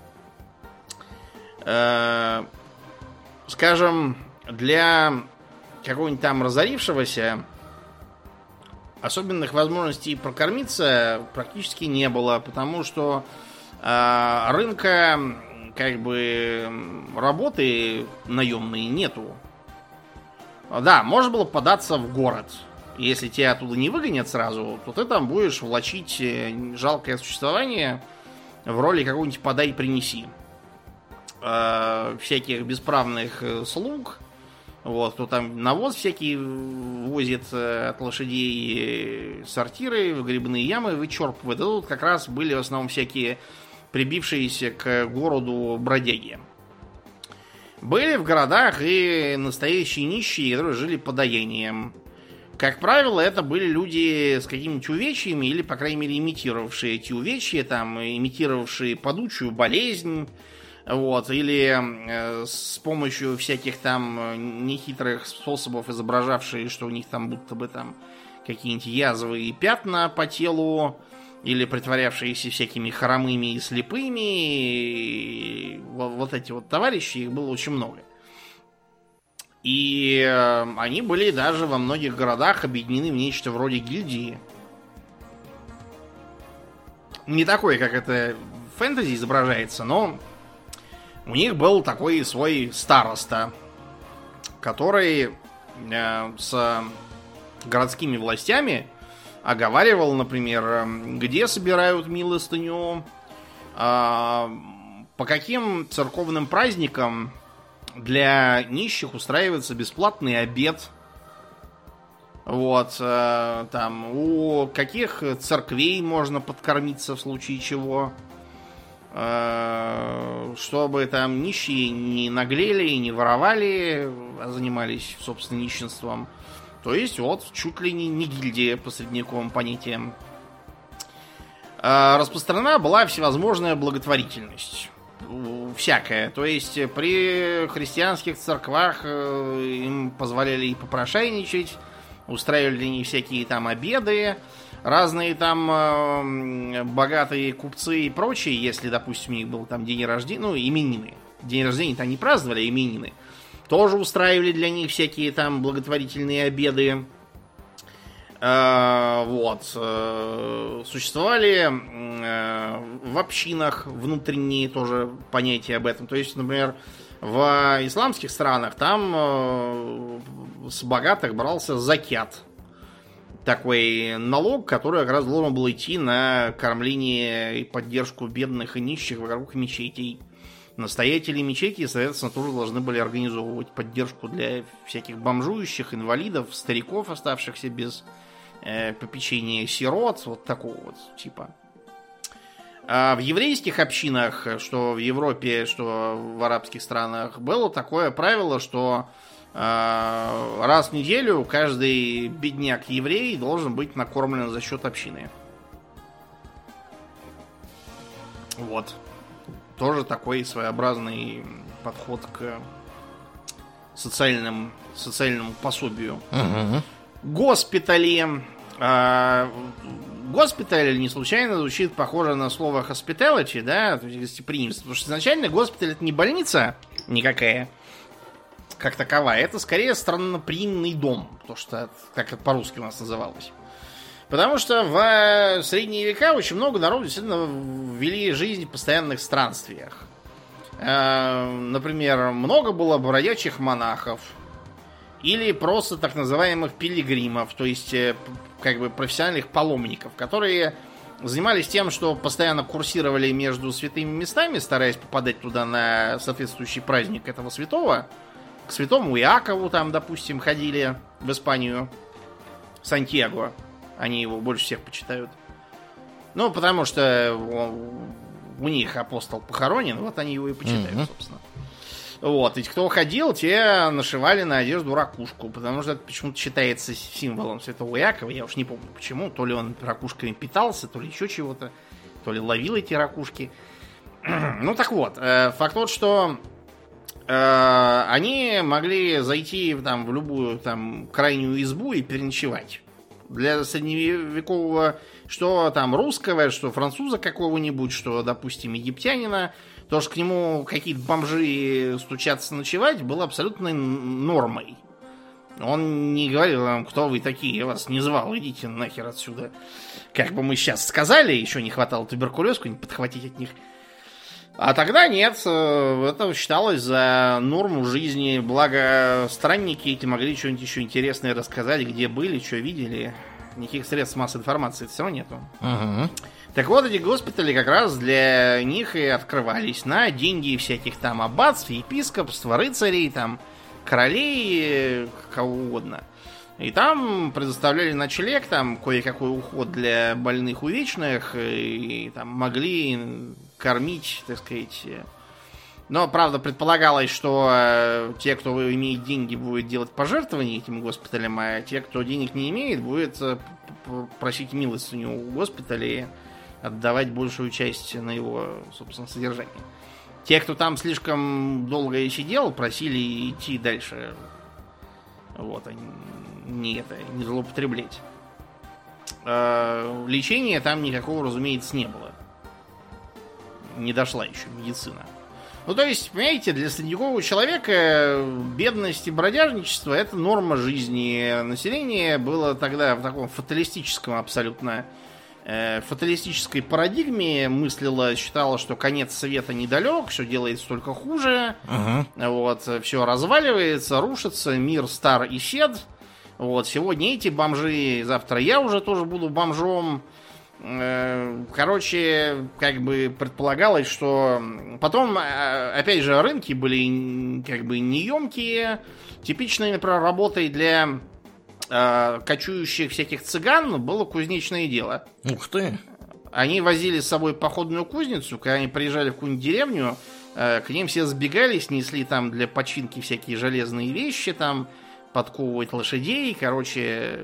Э, скажем, для какого-нибудь там разорившегося особенных возможностей прокормиться практически не было, потому что э, рынка как бы работы наемной нету. Да, можно было податься в город. Если тебя оттуда не выгонят сразу, то ты там будешь влачить жалкое существование в роли какого-нибудь подай-принеси. Э, всяких бесправных слуг. Вот, кто там навоз всякий возит от лошадей, сортиры, в грибные ямы вычерпывает. Это тут как раз были в основном всякие прибившиеся к городу бродяги. Были в городах и настоящие нищие, которые жили подаянием. Как правило, это были люди с какими-нибудь увечьями, или, по крайней мере, имитировавшие эти увечья, там, имитировавшие падучую болезнь, вот, или э, с помощью всяких там нехитрых способов изображавшие, что у них там будто бы там какие-нибудь язвы и пятна по телу, или притворявшиеся всякими хромыми и слепыми. И вот, вот эти вот товарищи, их было очень много. И э, они были даже во многих городах объединены в нечто вроде гильдии. Не такое, как это в фэнтези изображается, но у них был такой свой староста, который э, с городскими властями оговаривал, например, где собирают милостыню, э, по каким церковным праздникам для нищих устраивается бесплатный обед. Вот, э, там, у каких церквей можно подкормиться в случае чего. Э, чтобы там нищие не наглели и не воровали, а занимались, собственно, нищенством. То есть, вот, чуть ли не, не гильдия по средневековым понятиям. Э, распространена была всевозможная благотворительность. Всякое. То есть при христианских церквах им позволяли и попрошайничать, устраивали для них всякие там обеды, разные там э, богатые купцы и прочие, если, допустим, у них был там день рождения, ну, именины. День рождения-то они праздновали, а именины. Тоже устраивали для них всякие там благотворительные обеды. Э, вот. Э, существовали э, в общинах внутренние тоже понятия об этом. То есть, например, в исламских странах там э, с богатых брался закят. Такой налог, который как раз должен был идти на кормление и поддержку бедных и нищих вокруг мечетей. Настоятели мечети, соответственно, тоже должны были организовывать поддержку для всяких бомжующих, инвалидов, стариков, оставшихся без э, попечения, сирот, вот такого вот типа. А в еврейских общинах, что в Европе, что в арабских странах, было такое правило, что э, раз в неделю каждый бедняк-еврей должен быть накормлен за счет общины. Вот. Тоже такой своеобразный подход к социальным, социальному пособию. Угу. Госпитали. Э, госпиталь не случайно звучит похоже на слово hospitality, да, то есть гостеприимство. Потому что изначально госпиталь это не больница никакая, как таковая. Это скорее странноприимный дом. То, что как это по-русски у нас называлось. Потому что в средние века очень много народу действительно вели жизнь в постоянных странствиях. Например, много было бродячих монахов. Или просто так называемых пилигримов. То есть, как бы профессиональных паломников, которые занимались тем, что постоянно курсировали между святыми местами, стараясь попадать туда на соответствующий праздник этого святого. К святому Иакову там, допустим, ходили в Испанию. Сантьяго. Они его больше всех почитают. Ну, потому что у них апостол похоронен, вот они его и почитают, Mm-hmm. собственно. Вот, и кто ходил, те нашивали на одежду ракушку, потому что это почему-то считается символом святого Иакова, я уж не помню почему, то ли он ракушками питался, то ли еще чего-то, то ли ловил эти ракушки. Ну так вот, факт тот, что э, они могли зайти там, в любую там крайнюю избу и переночевать. Для средневекового, что там русского, что француза какого-нибудь, что, допустим, египтянина, то, что к нему какие-то бомжи стучаться ночевать, было абсолютной нормой. Он не говорил вам, кто вы такие, я вас не звал, идите нахер отсюда. Как бы мы сейчас сказали, еще не хватало туберкулезку, не подхватить от них. А тогда нет, это считалось за норму жизни, благо странники эти могли что-нибудь еще интересное рассказать, где были, что видели. Никаких средств массовой информации все равно нету. Uh-huh. Так вот, эти госпитали как раз для них и открывались на деньги всяких там аббатств, епископств, рыцарей, там, королей, кого угодно. И там предоставляли ночлег, там кое-какой уход для больных увечных, и там могли кормить, так сказать. Но, правда, предполагалось, что э, те, кто имеет деньги, будет делать пожертвования этим госпиталям, а те, кто денег не имеет, будет э, просить милостыню у госпиталя и отдавать большую часть на его, собственно, содержание. Те, кто там слишком долго сидел, просили идти дальше. Вот, они не это, не злоупотреблять. Э, лечения там никакого, разумеется, не было. Не дошла еще медицина. Ну, то есть, понимаете, для средневекового человека бедность и бродяжничество — это норма жизни. Население было тогда в таком фаталистическом абсолютно э, фаталистической парадигме мыслило, считало, что конец света недалек, все делается только хуже, uh-huh. вот, все разваливается, рушится, мир стар и сед. Вот, сегодня эти бомжи, завтра я уже тоже буду бомжом. Короче, как бы предполагалось, что потом, опять же, рынки были как бы неемкие. Типичной, например, работой для э, кочующих всяких цыган было кузнечное дело. Ух ты! Они возили с собой походную кузницу, когда они приезжали в какую-нибудь деревню, э, к ним все сбегались, несли там для починки всякие железные вещи, там, подковывать лошадей, короче...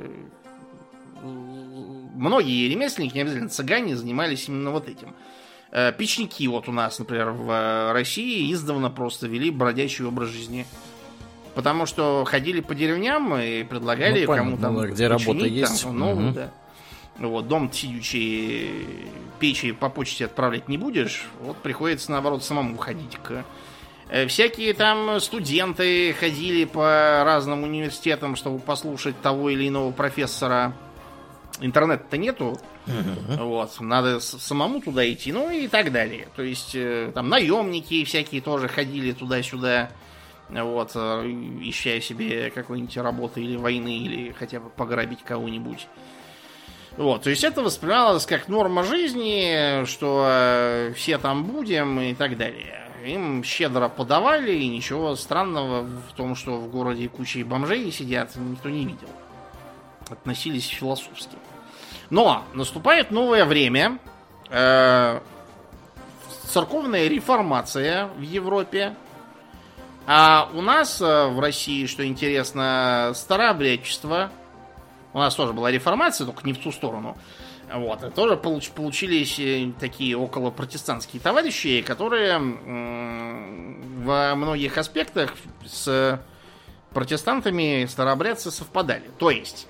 Многие ремесленники, не обязательно цыгане, занимались именно вот этим. Печники вот у нас, например, в России издавна просто вели бродячий образ жизни. Потому что ходили по деревням и предлагали ну, кому там... Ну, где работа есть. Там, новую, угу. да. Вот, дом сидячий, печи по почте отправлять не будешь. Вот приходится, наоборот, самому ходить к... Всякие там студенты ходили по разным университетам, чтобы послушать того или иного профессора. Интернета-то нету, uh-huh. вот, надо самому туда идти, ну и так далее. То есть, э, там наемники всякие тоже ходили туда-сюда, вот, э, ища себе какой-нибудь работы или войны, или хотя бы пограбить кого-нибудь. Вот, то есть это воспринималось как норма жизни, что э, все там будем и так далее. Им щедро подавали, и ничего странного в том, что в городе куча бомжей сидят, никто не видел. Относились философски. Но наступает новое время. Э, церковная реформация в Европе. А у нас э, в России, что интересно, старообрядчество. У нас тоже была реформация, только не в ту сторону. Вот. И тоже получ, получились такие около протестантские товарищи, которые э, во многих аспектах с протестантами старообрядцы совпадали. То есть...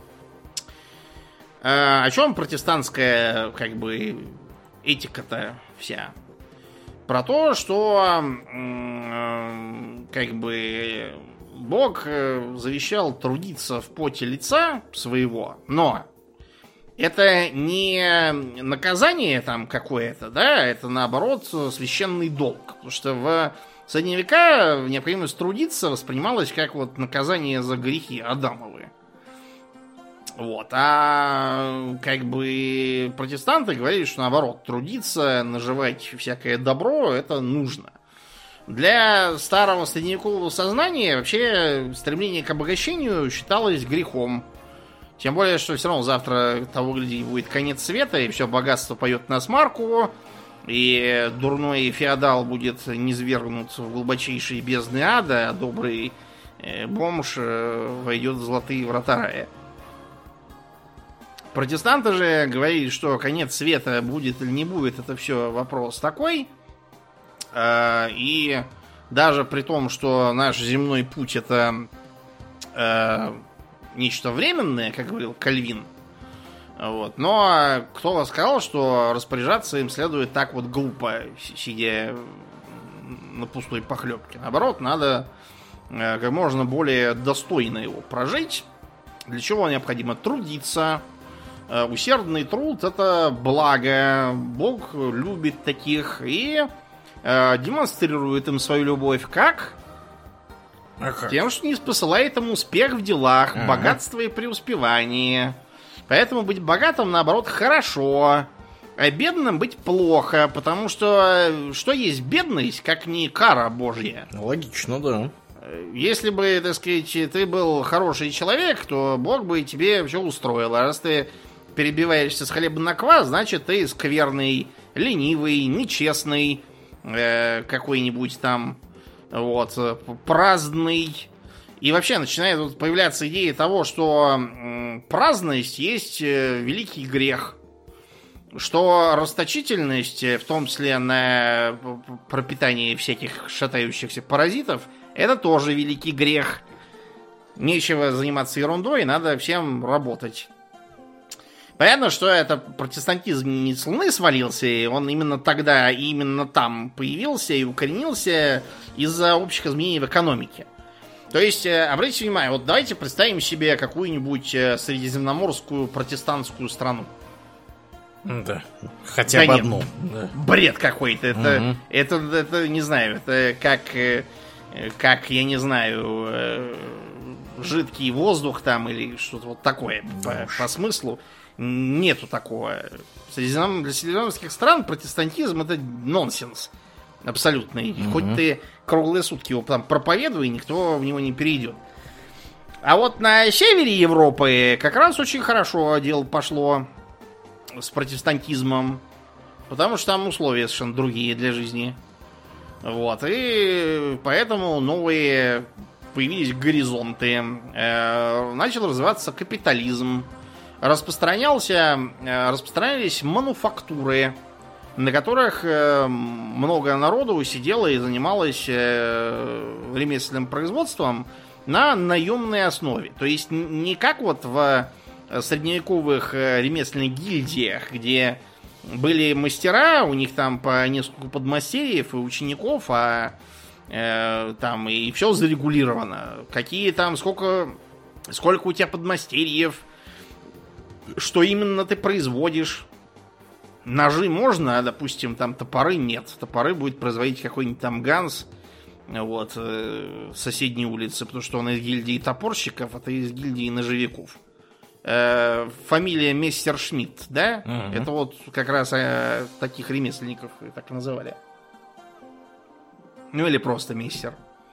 О чем протестантская, как бы, этика-то вся? Про то, что, как бы, Бог завещал трудиться в поте лица своего, но это не наказание там какое-то, да, это, наоборот, священный долг. Потому что в средние века необходимость трудиться воспринималась как вот наказание за грехи Адамовы. Вот, а как бы протестанты говорили, что наоборот, трудиться, наживать всякое добро, это нужно. Для старого средневекового сознания вообще стремление к обогащению считалось грехом. Тем более, что все равно завтра того гляди будет конец света, и все богатство поет на смарку, и дурной феодал будет низвергнут в глубочайшие бездны ада, а добрый э, бомж э, войдет в золотые врата рая. Протестанты же говорили, что конец света будет или не будет, это все вопрос такой. Э, и даже при том, что наш земной путь это э, нечто временное, как говорил Кальвин, вот. Но кто сказал, что распоряжаться им следует так вот глупо, сидя на пустой похлебке. Наоборот, надо э, как можно более достойно его прожить. Для чего необходимо трудиться. Э, усердный труд это благо. Бог любит таких и э, демонстрирует им свою любовь как? А как? Тем, что не посылает им успех в делах, ага. богатство и преуспевание. Поэтому быть богатым, наоборот, хорошо, а бедным быть плохо, потому что что есть бедность, как не кара божья? Логично, да. Если бы, так сказать, ты был хороший человек, то Бог бы тебе все устроил. А раз ты перебиваешься с хлеба на квас, значит, ты скверный, ленивый, нечестный, э, какой-нибудь там, вот, праздный. И вообще начинает вот появляться идея того, что м, праздность есть э, великий грех. Что расточительность, в том числе на пропитание всяких шатающихся паразитов, это тоже великий грех. Нечего заниматься ерундой, надо всем работать. Понятно, что это протестантизм не с луны свалился, и он именно тогда и именно там появился и укоренился из-за общих изменений в экономике. То есть, обратите внимание, вот давайте представим себе какую-нибудь средиземноморскую протестантскую страну. Да, хотя да бы одну. Да. Бред какой-то. Это, угу. это, это, это, не знаю, это как, как, я не знаю, жидкий воздух там или что-то вот такое по, по смыслу. Нету такого. Средиземном... Для средиземноморских стран протестантизм это нонсенс. Абсолютный. Угу. Хоть ты круглые сутки его там проповедуй, никто в него не перейдет. А вот на севере Европы как раз очень хорошо дело пошло с протестантизмом. Потому что там условия совершенно другие для жизни. Вот. И поэтому новые появились горизонты. Э, начал развиваться капитализм. Распространялся, распространялись мануфактуры, на которых много народу сидело и занималось ремесленным производством на наемной основе. То есть не как вот в средневековых ремесленных гильдиях, где были мастера, у них там по несколько подмастерьев и учеников, а э, там и все зарегулировано. Какие там, сколько, сколько у тебя подмастерьев, что именно ты производишь. Ножи можно, а, допустим, там топоры нет. Топоры будет производить какой-нибудь там Ганс, вот, э, с соседней улицы, потому что он из гильдии топорщиков, а ты из гильдии ножевиков. Э, фамилия Мессершмитт, да? Uh-huh. Это вот как раз э, таких ремесленников так и называли. Ну или просто мессер.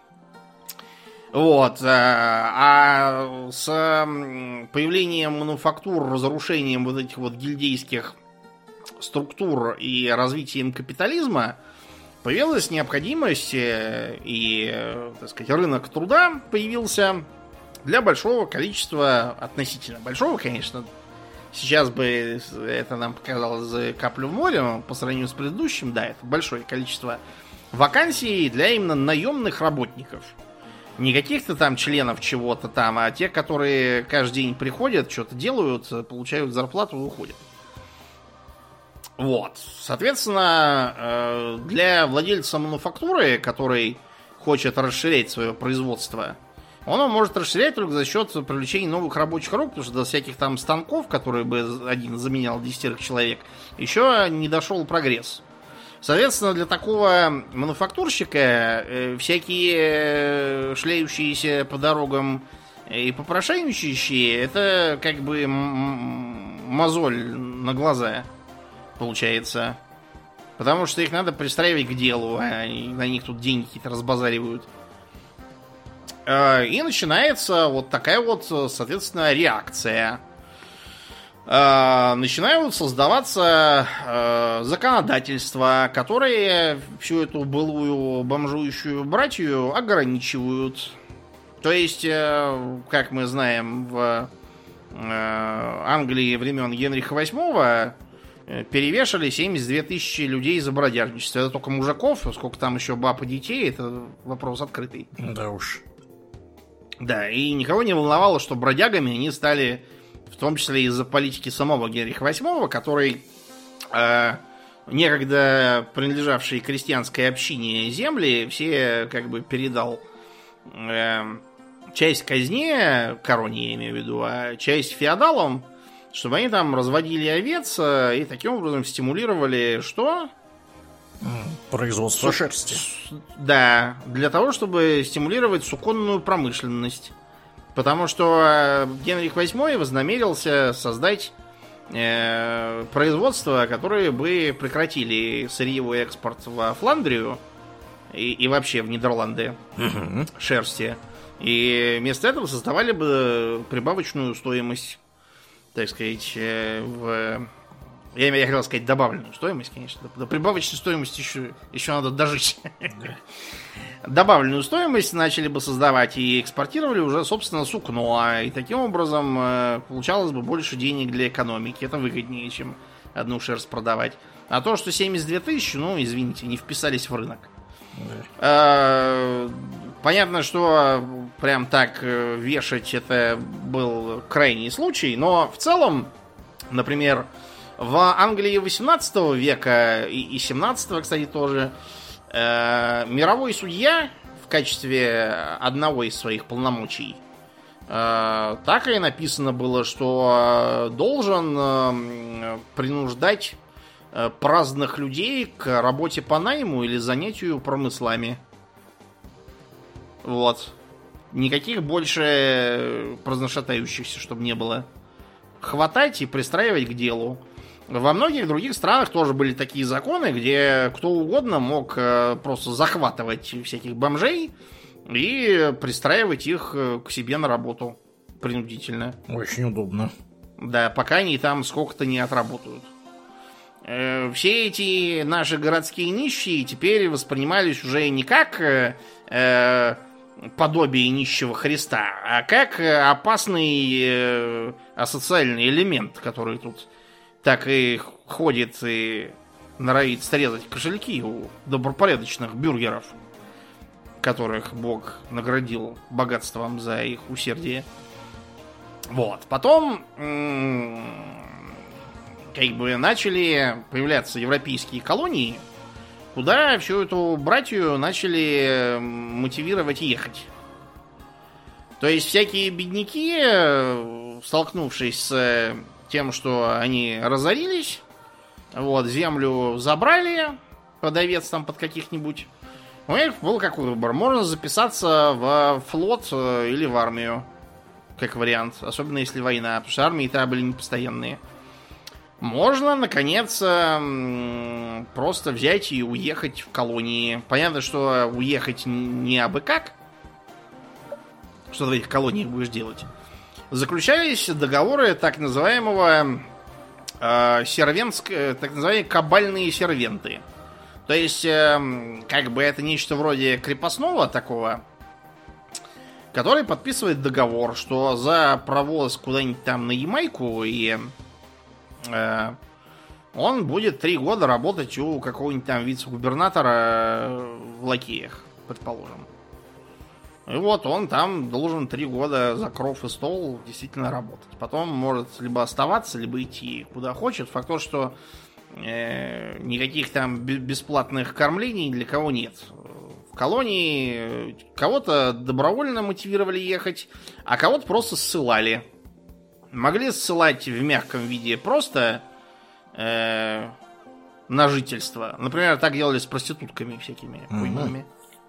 Вот. А с появлением мануфактур, разрушением вот этих вот гильдейских структур и развитием капитализма появилась необходимость и, так сказать, рынок труда появился для большого количества, относительно большого, конечно. Сейчас бы это нам показалось за каплю в море, но по сравнению с предыдущим, да, это большое количество вакансий для именно наемных работников. Не каких-то там членов чего-то там, а те, которые каждый день приходят, что-то делают, получают зарплату и уходят. Вот. Соответственно, для владельца мануфактуры, который хочет расширять свое производство, он может расширять только за счет привлечения новых рабочих рук, потому что до всяких там станков, которые бы один заменял десятерых человек, еще не дошел прогресс. Соответственно, для такого мануфактурщика э, всякие э, шляющиеся по дорогам и попрошайничающие, это как бы м- мозоль на глаза получается. Потому что их надо пристраивать к делу, а на них тут деньги какие-то разбазаривают. Э, и начинается вот такая вот, соответственно, реакция. э, начинают создаваться э, законодательства, которые всю эту былую бомжующую братью ограничивают. То есть, э, как мы знаем, в э, Англии времен Генриха восьмого перевешали семьдесят две тысячи людей за бродяжничество. Это только мужиков, сколько там еще баб и детей, это вопрос открытый. Да уж. Да, и никого не волновало, что бродягами они стали, в том числе из-за политики самого Генриха восьмого, который э, некогда принадлежавший крестьянской общине земли все как бы передал э, часть казне, короне я имею в виду, а часть феодалам, чтобы они там разводили овец и таким образом стимулировали что? Производство шерсти. Да, для того, чтобы стимулировать суконную промышленность. Потому что Генрих восьмой вознамерился создать э, производство, которое бы прекратили сырьевой экспорт во Фландрию и, и вообще в Нидерланды угу. шерсти. И вместо этого создавали бы прибавочную стоимость, так сказать, в... Я, я хотел сказать добавленную стоимость, конечно. До прибавочной стоимости еще, еще надо дожить. Добавленную стоимость начали бы создавать и экспортировали уже, собственно, сукно. И таким образом получалось бы больше денег для экономики. Это выгоднее, чем одну шерсть продавать. А то, что семьдесят две тысячи, ну, извините, не вписались в рынок. Понятно, что прям так вешать это был крайний случай, но в целом, например, в Англии восемнадцатого века и семнадцатого, кстати, тоже, э, мировой судья в качестве одного из своих полномочий э, так и написано было, что должен э, принуждать э, праздных людей к работе по найму или занятию промыслами. Вот. Никаких больше праздношатающихся, чтобы не было. Хватать и пристраивать к делу. Во многих других странах тоже были такие законы, где кто угодно мог просто захватывать всяких бомжей и пристраивать их к себе на работу принудительно. Очень удобно. Да, пока они там сколько-то не отработают. Все эти наши городские нищие теперь воспринимались уже не как э, подобие нищего Христа, а как опасный э, асоциальный элемент, который тут так и ходит и норовит срезать кошельки у добропорядочных бюргеров, которых Бог наградил богатством за их усердие. Вот. Потом м- как бы начали появляться европейские колонии, куда всю эту братью начали мотивировать ехать. То есть всякие бедняки, столкнувшись с тем, что они разорились, вот, землю забрали, под овец там под каких-нибудь, у них был какой выбор. Можно записаться в флот или в армию, как вариант, особенно если война, потому что армии-то были непостоянные. Можно, наконец, просто взять и уехать в колонии. Понятно, что уехать не абы как. Что ты в этих колониях будешь делать? Заключались договоры так называемого э, сервенск, так называемые кабальные сервенты. То есть, э, как бы это нечто вроде крепостного такого, который подписывает договор, что за провоз куда-нибудь там на Ямайку и э, он будет три года работать у какого-нибудь там вице-губернатора в лакеях, предположим. И вот он там должен три года за кров и стол действительно работать. Потом может либо оставаться, либо идти куда хочет. Факт то, что э, никаких там бесплатных кормлений для кого нет. В колонии кого-то добровольно мотивировали ехать, а кого-то просто ссылали. Могли ссылать в мягком виде просто э, на жительство. Например, так делали с проститутками всякими хуйными.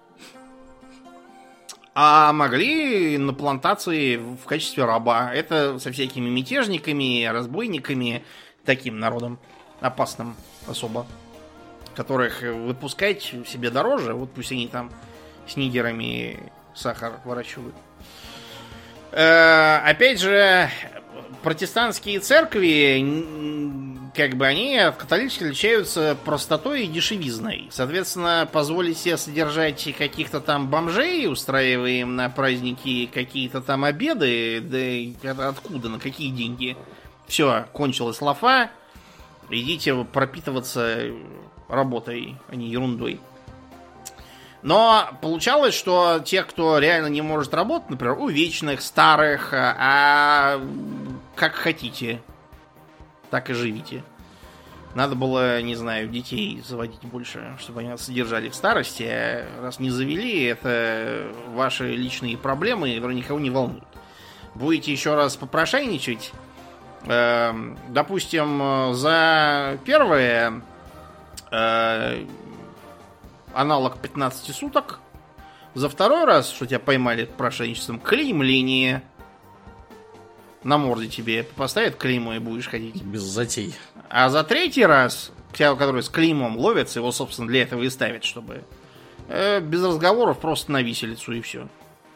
А могли на плантации в качестве раба. Это со всякими мятежниками, разбойниками, таким народом опасным особо, которых выпускать себе дороже. Вот пусть они там с нигерами сахар ворочают. Э, опять же, протестантские церкви, как бы они от католических отличаются простотой и дешевизной. Соответственно, позволить себе содержать каких-то там бомжей, устраивая им на праздники какие-то там обеды, да откуда, на какие деньги? Все, кончилась лафа. Идите пропитываться работой, а не ерундой. Но получалось, что тех, кто реально не может работать, например, у вечных, старых, а как хотите, так и живите. Надо было, не знаю, детей заводить больше, чтобы они нас содержали в старости. А раз не завели, это ваши личные проблемы, которые никого не волнуют. Будете еще раз попрошайничать, э, допустим, за первое э, аналог пятнадцати суток, за второй раз, что тебя поймали попрошайничеством, клеймление. На морде тебе поставят клеймо и будешь ходить. Без затей. А за третий раз, тебя, который с клеймом ловится, его, собственно, для этого и ставят, чтобы э, без разговоров просто на виселицу и все.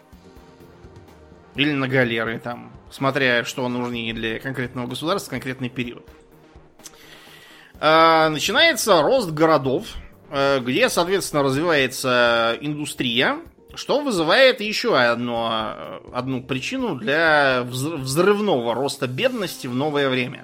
Или на галеры, там, смотря что нужнее для конкретного государства, конкретный период. Э, начинается рост городов, э, где, соответственно, развивается индустрия, что вызывает еще одно, одну причину для взрывного роста бедности в новое время.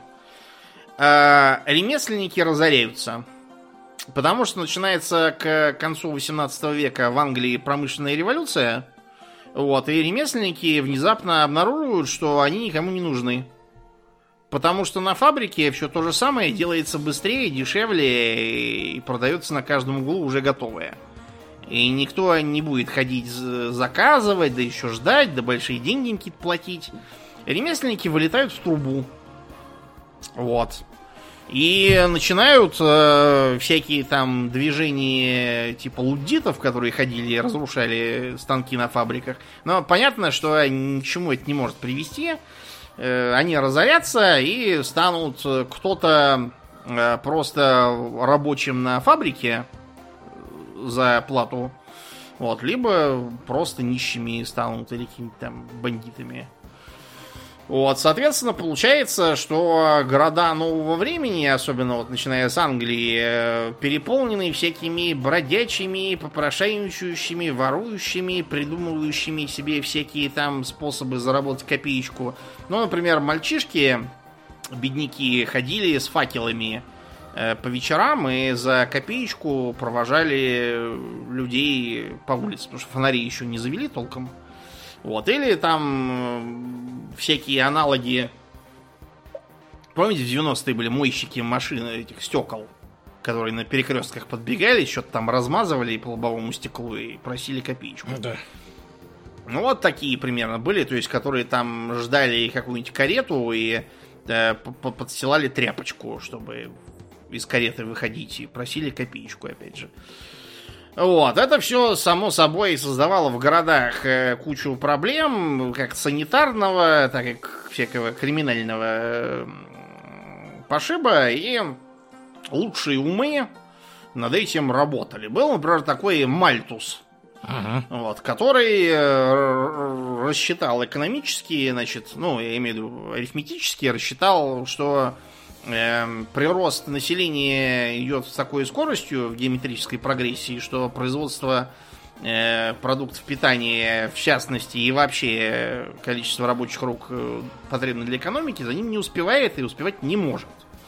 Ремесленники разоряются. Потому что начинается к концу восемнадцатого века в Англии промышленная революция. Вот, и ремесленники внезапно обнаруживают, что они никому не нужны. Потому что на фабрике все то же самое делается быстрее, дешевле и продается на каждом углу уже готовое. И никто не будет ходить заказывать, да еще ждать, да большие деньги какие-то платить. Ремесленники вылетают в трубу. Вот. И начинают э, всякие там движения типа луддитов, которые ходили и разрушали станки на фабриках. Но понятно, что ни к чему это не может привести. Э, они разорятся и станут кто-то э, просто рабочим на фабрике за плату, вот, либо просто нищими станут или какими-то там бандитами. Вот, соответственно, получается, что города нового времени, особенно вот начиная с Англии, переполнены всякими бродячими, попрошайничающими, ворующими, придумывающими себе всякие там способы заработать копеечку. Ну, например, мальчишки, бедняки, ходили с факелами по вечерам и за копеечку провожали людей по улице, потому что фонари еще не завели толком. Вот. Или там всякие аналоги. Помните, в девяностые были мойщики машин этих стекол, которые на перекрестках подбегали, что-то там размазывали по лобовому стеклу и просили копеечку. Да. Ну, вот такие примерно были, то есть, которые там ждали какую-нибудь карету и э, подстилали тряпочку, чтобы из кареты выходить, и просили копеечку, опять же. Вот, это все, само собой, создавало в городах кучу проблем, как санитарного, так и всякого криминального пошиба, и лучшие умы над этим работали. Был, например, такой Мальтус, ага. Вот, который рассчитал экономически, значит, ну, я имею в виду арифметически, рассчитал, что прирост населения идет с такой скоростью в геометрической прогрессии, что производство э, продуктов питания, в частности, и вообще количество рабочих рук, потребных для экономики, за ним не успевает и успевать не может.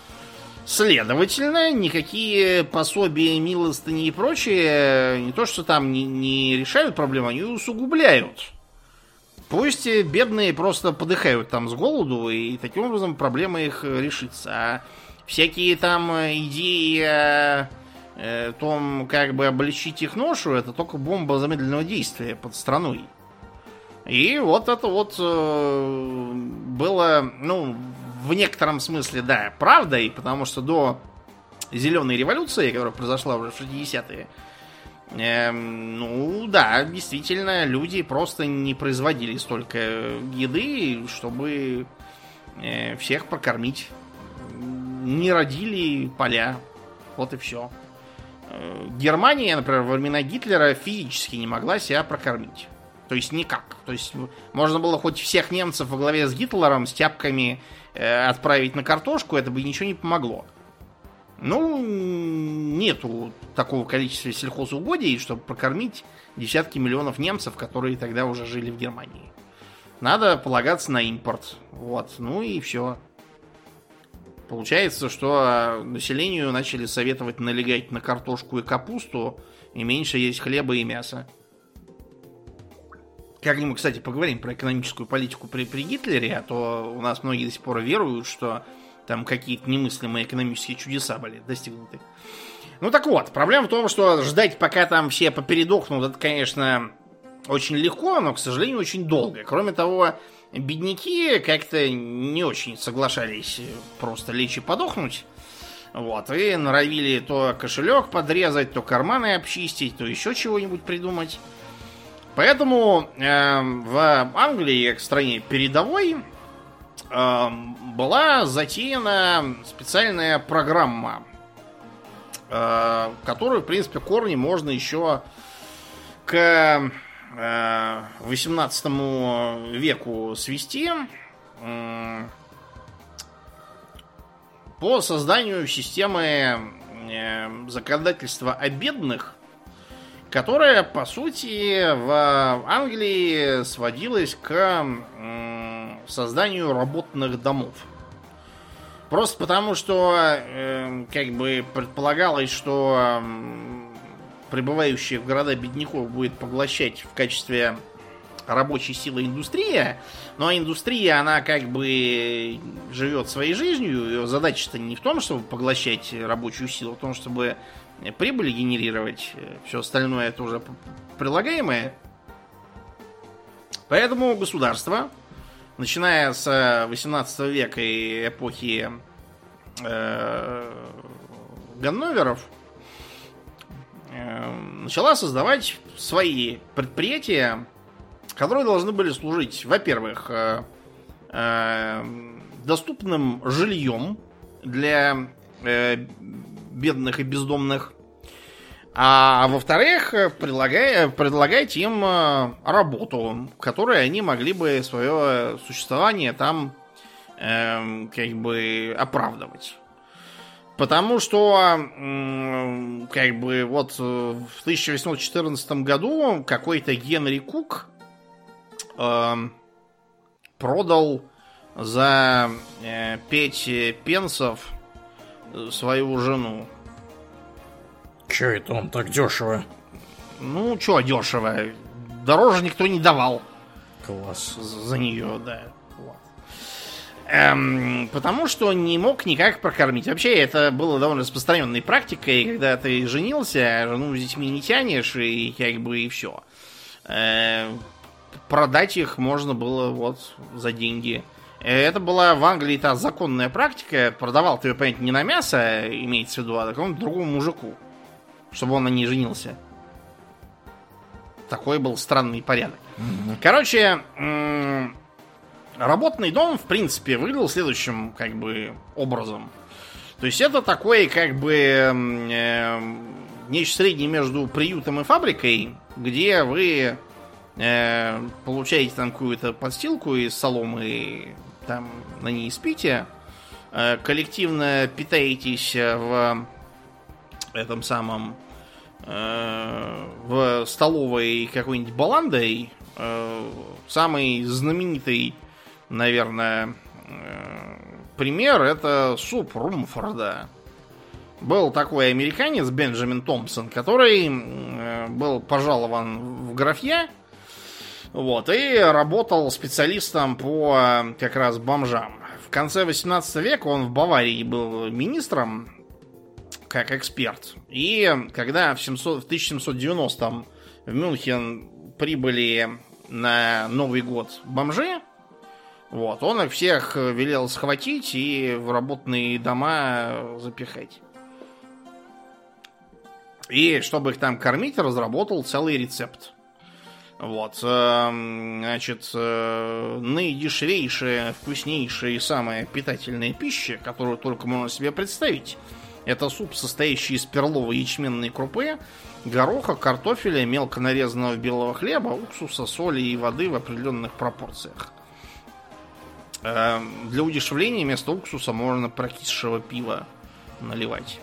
Следовательно, никакие пособия, милостыни и прочее не то, что там не, не решают проблему, они усугубляют. Пусть бедные просто подыхают там с голоду, и таким образом проблема их решится. А всякие там идеи о, о том, как бы облегчить их ношу, это только бомба замедленного действия под страной. И вот это вот э, было, ну, в некотором смысле, да, правдой, потому что до Зеленой революции, которая произошла уже в шестидесятые, Эм, ну да, действительно, люди просто не производили столько еды, чтобы э, всех прокормить. Не родили поля. Вот и все. Э, Германия, например, во времена Гитлера физически не могла себя прокормить. То есть никак. То есть можно было хоть всех немцев во главе с Гитлером с тяпками э, отправить на картошку, это бы ничего не помогло. Ну, нету такого количества сельхозугодий, чтобы прокормить десятки миллионов немцев, которые тогда уже жили в Германии. Надо полагаться на импорт. Вот, ну и все. Получается, что населению начали советовать налегать на картошку и капусту и меньше есть хлеба и мяса. Как-нибудь, кстати, поговорим про экономическую политику при, при Гитлере, а то у нас многие до сих пор веруют, что там какие-то немыслимые экономические чудеса были достигнуты. Ну так вот, проблема в том, что ждать, пока там все попередохнут, это, конечно, очень легко, но, к сожалению, очень долго. Кроме того, бедняки как-то не очень соглашались просто лечь и подохнуть. Вот, и норовили то кошелек подрезать, то карманы обчистить, то еще чего-нибудь придумать. Поэтому э, в Англии, к стране передовой, э, была затеяна специальная программа, э, которую, в принципе, корни можно еще к э, восемнадцатому веку свести, э, по созданию системы э, законодательства о бедных, которая, по сути, в Англии сводилась к э, созданию работных домов. Просто потому, что э, как бы предполагалось, что э, прибывающих в города бедняков будет поглощать в качестве рабочей силы индустрия, но индустрия, она как бы живет своей жизнью, ее задача-то не в том, чтобы поглощать рабочую силу, а в том, чтобы прибыль генерировать, все остальное это уже прилагаемое. Поэтому государство, начиная с восемнадцатого века и эпохи э, Ганноверов, э, начала создавать свои предприятия, которые должны были служить, во-первых, э, э, доступным жильем для э, бедных и бездомных, а во-вторых, предлагать, предлагать им работу, которой они могли бы свое существование там э, как бы оправдывать. Потому что э, как бы вот в тысяча восемьсот четырнадцатом году какой-то Генри Кук э, продал за э, пять пенсов свою жену. Че это он так дешево? Ну, чё дешево? Дороже никто не давал. Класс. За нее, да. Вот. Эм, потому что не мог никак прокормить. Вообще, это было довольно распространенной практикой, когда ты женился, жену с детьми не тянешь, и как бы и все. Эм, продать их можно было вот за деньги. Это была в Англии та законная практика. Продавал ты ее, понятно, не на мясо, имеется в виду, а какому-то другому мужику, чтобы он на ней женился. Такой был странный порядок. Mm-hmm. Короче, м- работный дом, в принципе, выглядел следующим, как бы, образом. То есть это такой, как бы, э- нечто среднее между приютом и фабрикой, где вы э- получаете там какую-то подстилку из соломы, там на ней спите, э, коллективно питаетесь в этом самом э, в столовой какой-нибудь баландой. Э, самый знаменитый, наверное, э, пример — это суп Румфорда. Был такой американец Бенджамин Томпсон, который э, был пожалован в графья. Вот, и работал специалистом по как раз бомжам. В конце восемнадцатого века он в Баварии был министром, как эксперт. И когда в, семьсот, в тысяча семьсот девяностом в Мюнхен прибыли на Новый год бомжи, вот, он их всех велел схватить и в работные дома запихать. И чтобы их там кормить, разработал целый рецепт. Вот, значит, наидешевейшая, вкуснейшая и самая питательная пища, которую только можно себе представить, Это суп, состоящий из перловой ячменной крупы, гороха, картофеля, мелко нарезанного белого хлеба, уксуса, соли и воды в определенных пропорциях. Для удешевления вместо уксуса можно прокисшего пива наливать.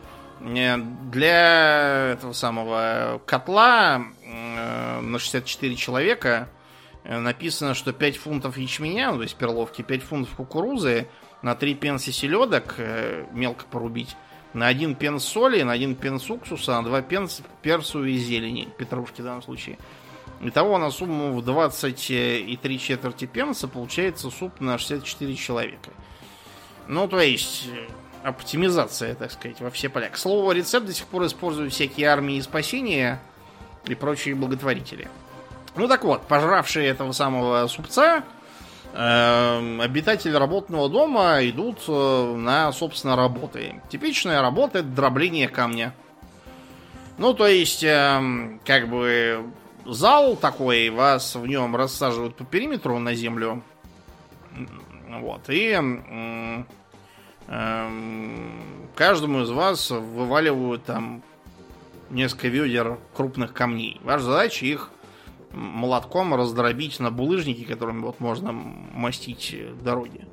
Для этого самого котла на шестьдесят четыре человека написано, что пять фунтов ячменя, то есть перловки, пять фунтов кукурузы, на три пенса селедок мелко порубить, на один пенс соли, на один пенс уксуса, на два пенс перцу и зелени, петрушки в данном случае. Итого на сумму в двадцать и три четверти пенса получается суп на шестьдесят четыре человека. Ну, то есть, оптимизация, так сказать, во все поля. К слову, рецепт до сих пор используют всякие армии спасения и прочие благотворители. Ну так вот, пожравшие этого самого супца, э, обитатели работного дома идут э, на, собственно, работы. Типичная работа — это дробление камня. Ну, то есть, э, как бы, зал такой, вас в нем рассаживают по периметру на землю. Вот, и э, э, каждому из вас вываливают там несколько ведер крупных камней. Ваша задача их молотком раздробить на булыжники, которыми вот можно мастить дороги.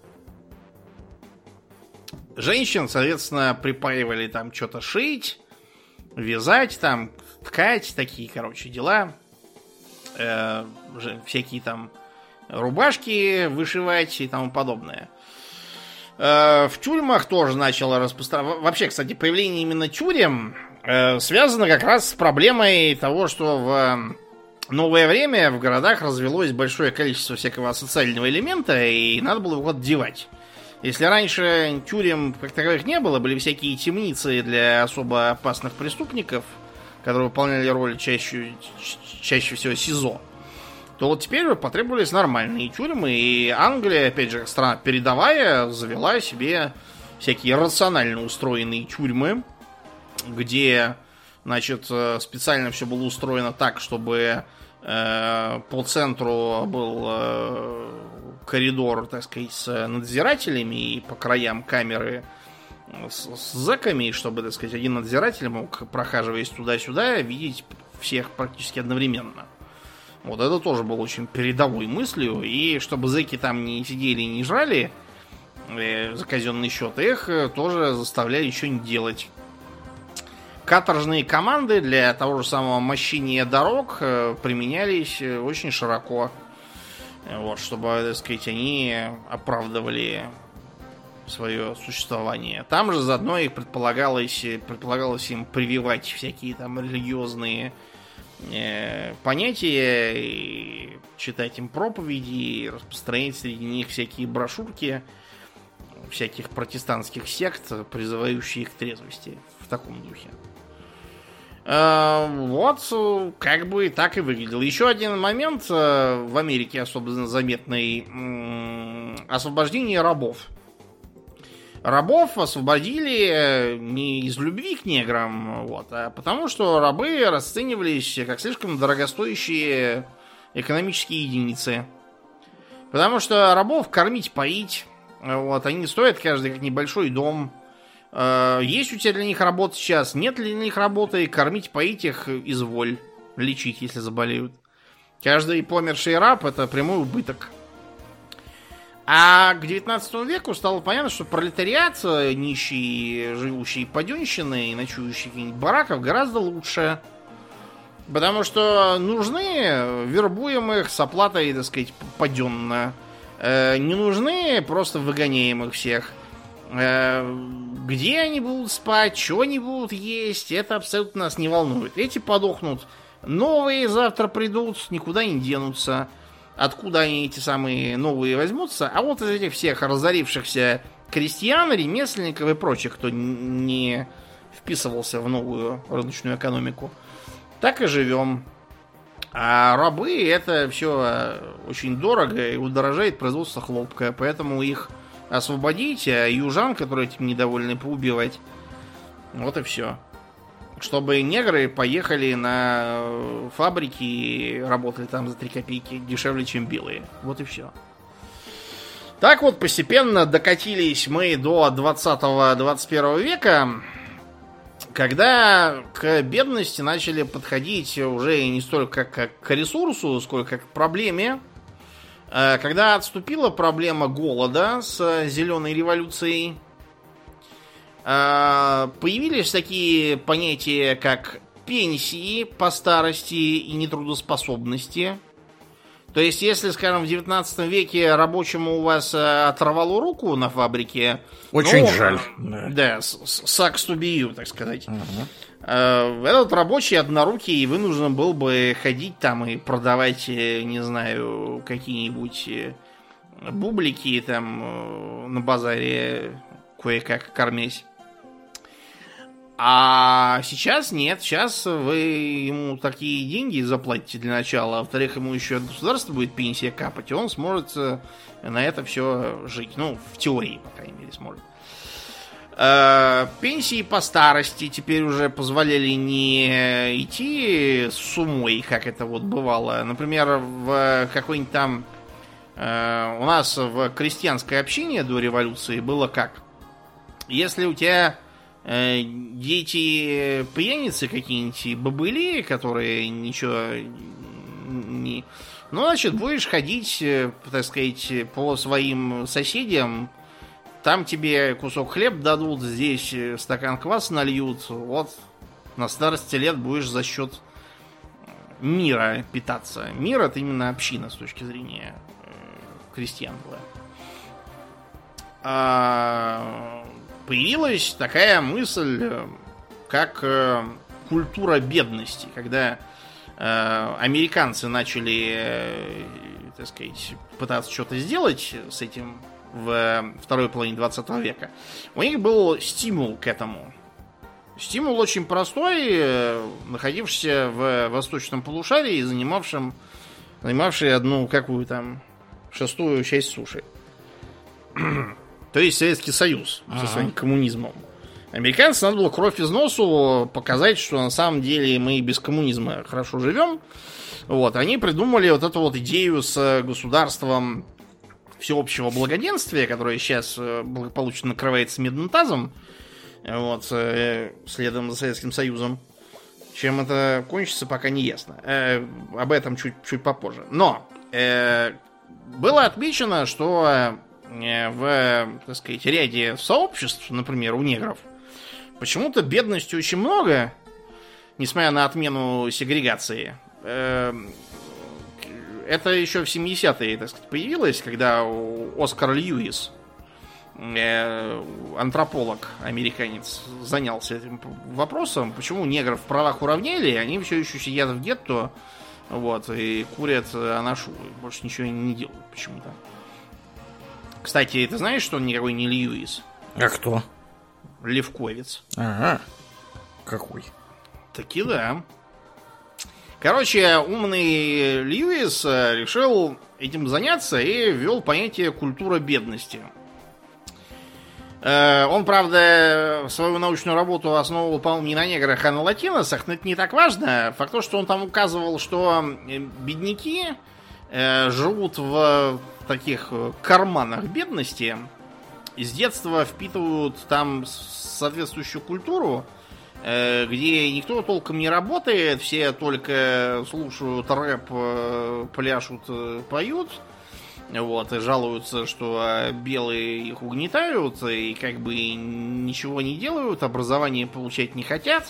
Женщин, соответственно, припаивали там что-то шить, вязать, там, ткать, такие, короче, дела. Э, всякие там рубашки вышивать и тому подобное. Э, в тюрьмах тоже начало распространяться. Вообще, кстати, появление именно тюрем э, связано как раз с проблемой того, что в новое время в городах развелось большое количество всякого социального элемента, и надо было его куда-то девать. Если раньше тюрем как таковых не было, были всякие темницы для особо опасных преступников, которые выполняли роль чаще, чаще всего СИЗО, то вот теперь потребовались нормальные тюрьмы, и Англия, опять же, страна передовая, завела себе всякие рационально устроенные тюрьмы, где, значит, специально все было устроено так, чтобы э, по центру был э, коридор, так сказать, с надзирателями, и по краям камеры с, с зэками, чтобы, так сказать, один надзиратель мог, прохаживаясь туда-сюда, видеть всех практически одновременно. Вот это тоже было очень передовой мыслью, и чтобы зэки там не сидели и не жрали э, за казенный счет, их тоже заставляли что-нибудь делать. Каторжные команды для того же самого мощения дорог применялись очень широко. Вот, чтобы, так сказать, они оправдывали свое существование. Там же заодно их предполагалось, предполагалось им прививать всякие там религиозные э, понятия, и читать им проповеди, и распространять среди них всякие брошюрки всяких протестантских сект, призывающие их к трезвости в таком духе. Вот, как бы так и выглядел. Еще один момент в Америке особенно заметный. Освобождение рабов. Рабов освободили не из любви к неграм, вот, а потому что рабы расценивались как слишком дорогостоящие экономические единицы. Потому что рабов кормить, поить, вот, они стоят каждый как небольшой дом. Есть у тебя для них работа сейчас, нет ли для них работы, кормить, поить их изволь, лечить, если заболеют. Каждый померший раб — это прямой убыток. А к девятнадцатому веку стало понятно, что пролетариат, нищий, живущий паденщины и ночующий в каких-нибудь бараках, гораздо лучше. Потому что нужны вербуемых с оплатой, так сказать, паденно. Не нужны, просто выгоняем их всех. Где они будут спать, что они будут есть, это абсолютно нас не волнует. Эти подохнут, новые завтра придут, никуда не денутся. Откуда они, эти самые новые, возьмутся? А вот из этих всех разорившихся крестьян, ремесленников и прочих, кто не вписывался в новую рыночную экономику, так и живем. А рабы — это все очень дорого и удорожает производство хлопка, поэтому их освободить, а южан, которые этим недовольны, поубивать. Вот и все. Чтобы негры поехали на фабрики и работали там за три копейки дешевле, чем белые. Вот и все. Так вот, постепенно докатились мы до двадцатого-двадцать первого века, когда к бедности начали подходить уже не столько как к ресурсу, сколько как к проблеме. Когда отступила проблема голода с зеленой революцией, появились такие понятия, как пенсии по старости и нетрудоспособности. То есть, если, скажем, в девятнадцатом веке рабочему у вас оторвало руку на фабрике... Очень ну, жаль. Да, sucks to be you, так сказать. Uh-huh. Этот рабочий однорукий вынужден был бы ходить там и продавать, не знаю, какие-нибудь бублики там на базаре, кое-как кормясь. А сейчас нет, сейчас вы ему такие деньги заплатите для начала, а во-вторых, ему еще от государства будет пенсия капать, и он сможет на это все жить. Ну, в теории, по крайней мере, сможет. Пенсии по старости теперь уже позволяли не идти с умой, как это вот бывало. Например, в какой-нибудь там... У нас в крестьянской общине до революции было как? Если у тебя... дети пьяницы какие-нибудь, бобыли, которые ничего не... Ну, значит, будешь ходить, так сказать, по своим соседям. Там тебе кусок хлеб дадут, здесь стакан кваса нальют. Вот на старости лет будешь за счет мира питаться. Мир — это именно община с точки зрения крестьян была. А... Появилась такая мысль, как э, культура бедности, когда э, американцы начали, э, так сказать, пытаться что-то сделать с этим в второй половине двадцатого века. У них был стимул к этому. Стимул очень простой, э, находившийся в восточном полушарии и занимавшим, занимавший одну какую там шестую часть суши. То есть Советский Союз со своим ага. коммунизмом. Американцам надо было кровь из носу показать, что на самом деле мы и без коммунизма хорошо живем. Вот, они придумали вот эту вот идею с государством всеобщего благоденствия, которое сейчас благополучно накрывается медным тазом. Вот, следом за Советским Союзом. Чем это кончится, пока не ясно. Э, об этом чуть, чуть попозже. Но э, было отмечено, что в, так сказать, ряде сообществ, например, у негров, почему-то бедности очень много, несмотря на отмену сегрегации. Это еще в семидесятые, так сказать, появилось, когда Оскар Льюис, антрополог, американец, занялся этим вопросом, почему негров в правах уравняли, они все еще сидят в гетто, вот, и курят анашу, больше ничего не делают почему-то. Кстати, ты знаешь, что он никакой не Льюис? А кто? Левковец. Ага. Какой? Таки да. Короче, умный Льюис решил этим заняться и ввел понятие культура бедности. Он, правда, свою научную работу основывал, по-моему, не на неграх, а на латиносах, но это не так важно. Факт то, что он там указывал, что бедняки живут в таких карманах бедности, с детства впитывают там соответствующую культуру, где никто толком не работает, все только слушают рэп, пляшут, поют, вот, и жалуются, что белые их угнетают, и как бы ничего не делают, образование получать не хотят,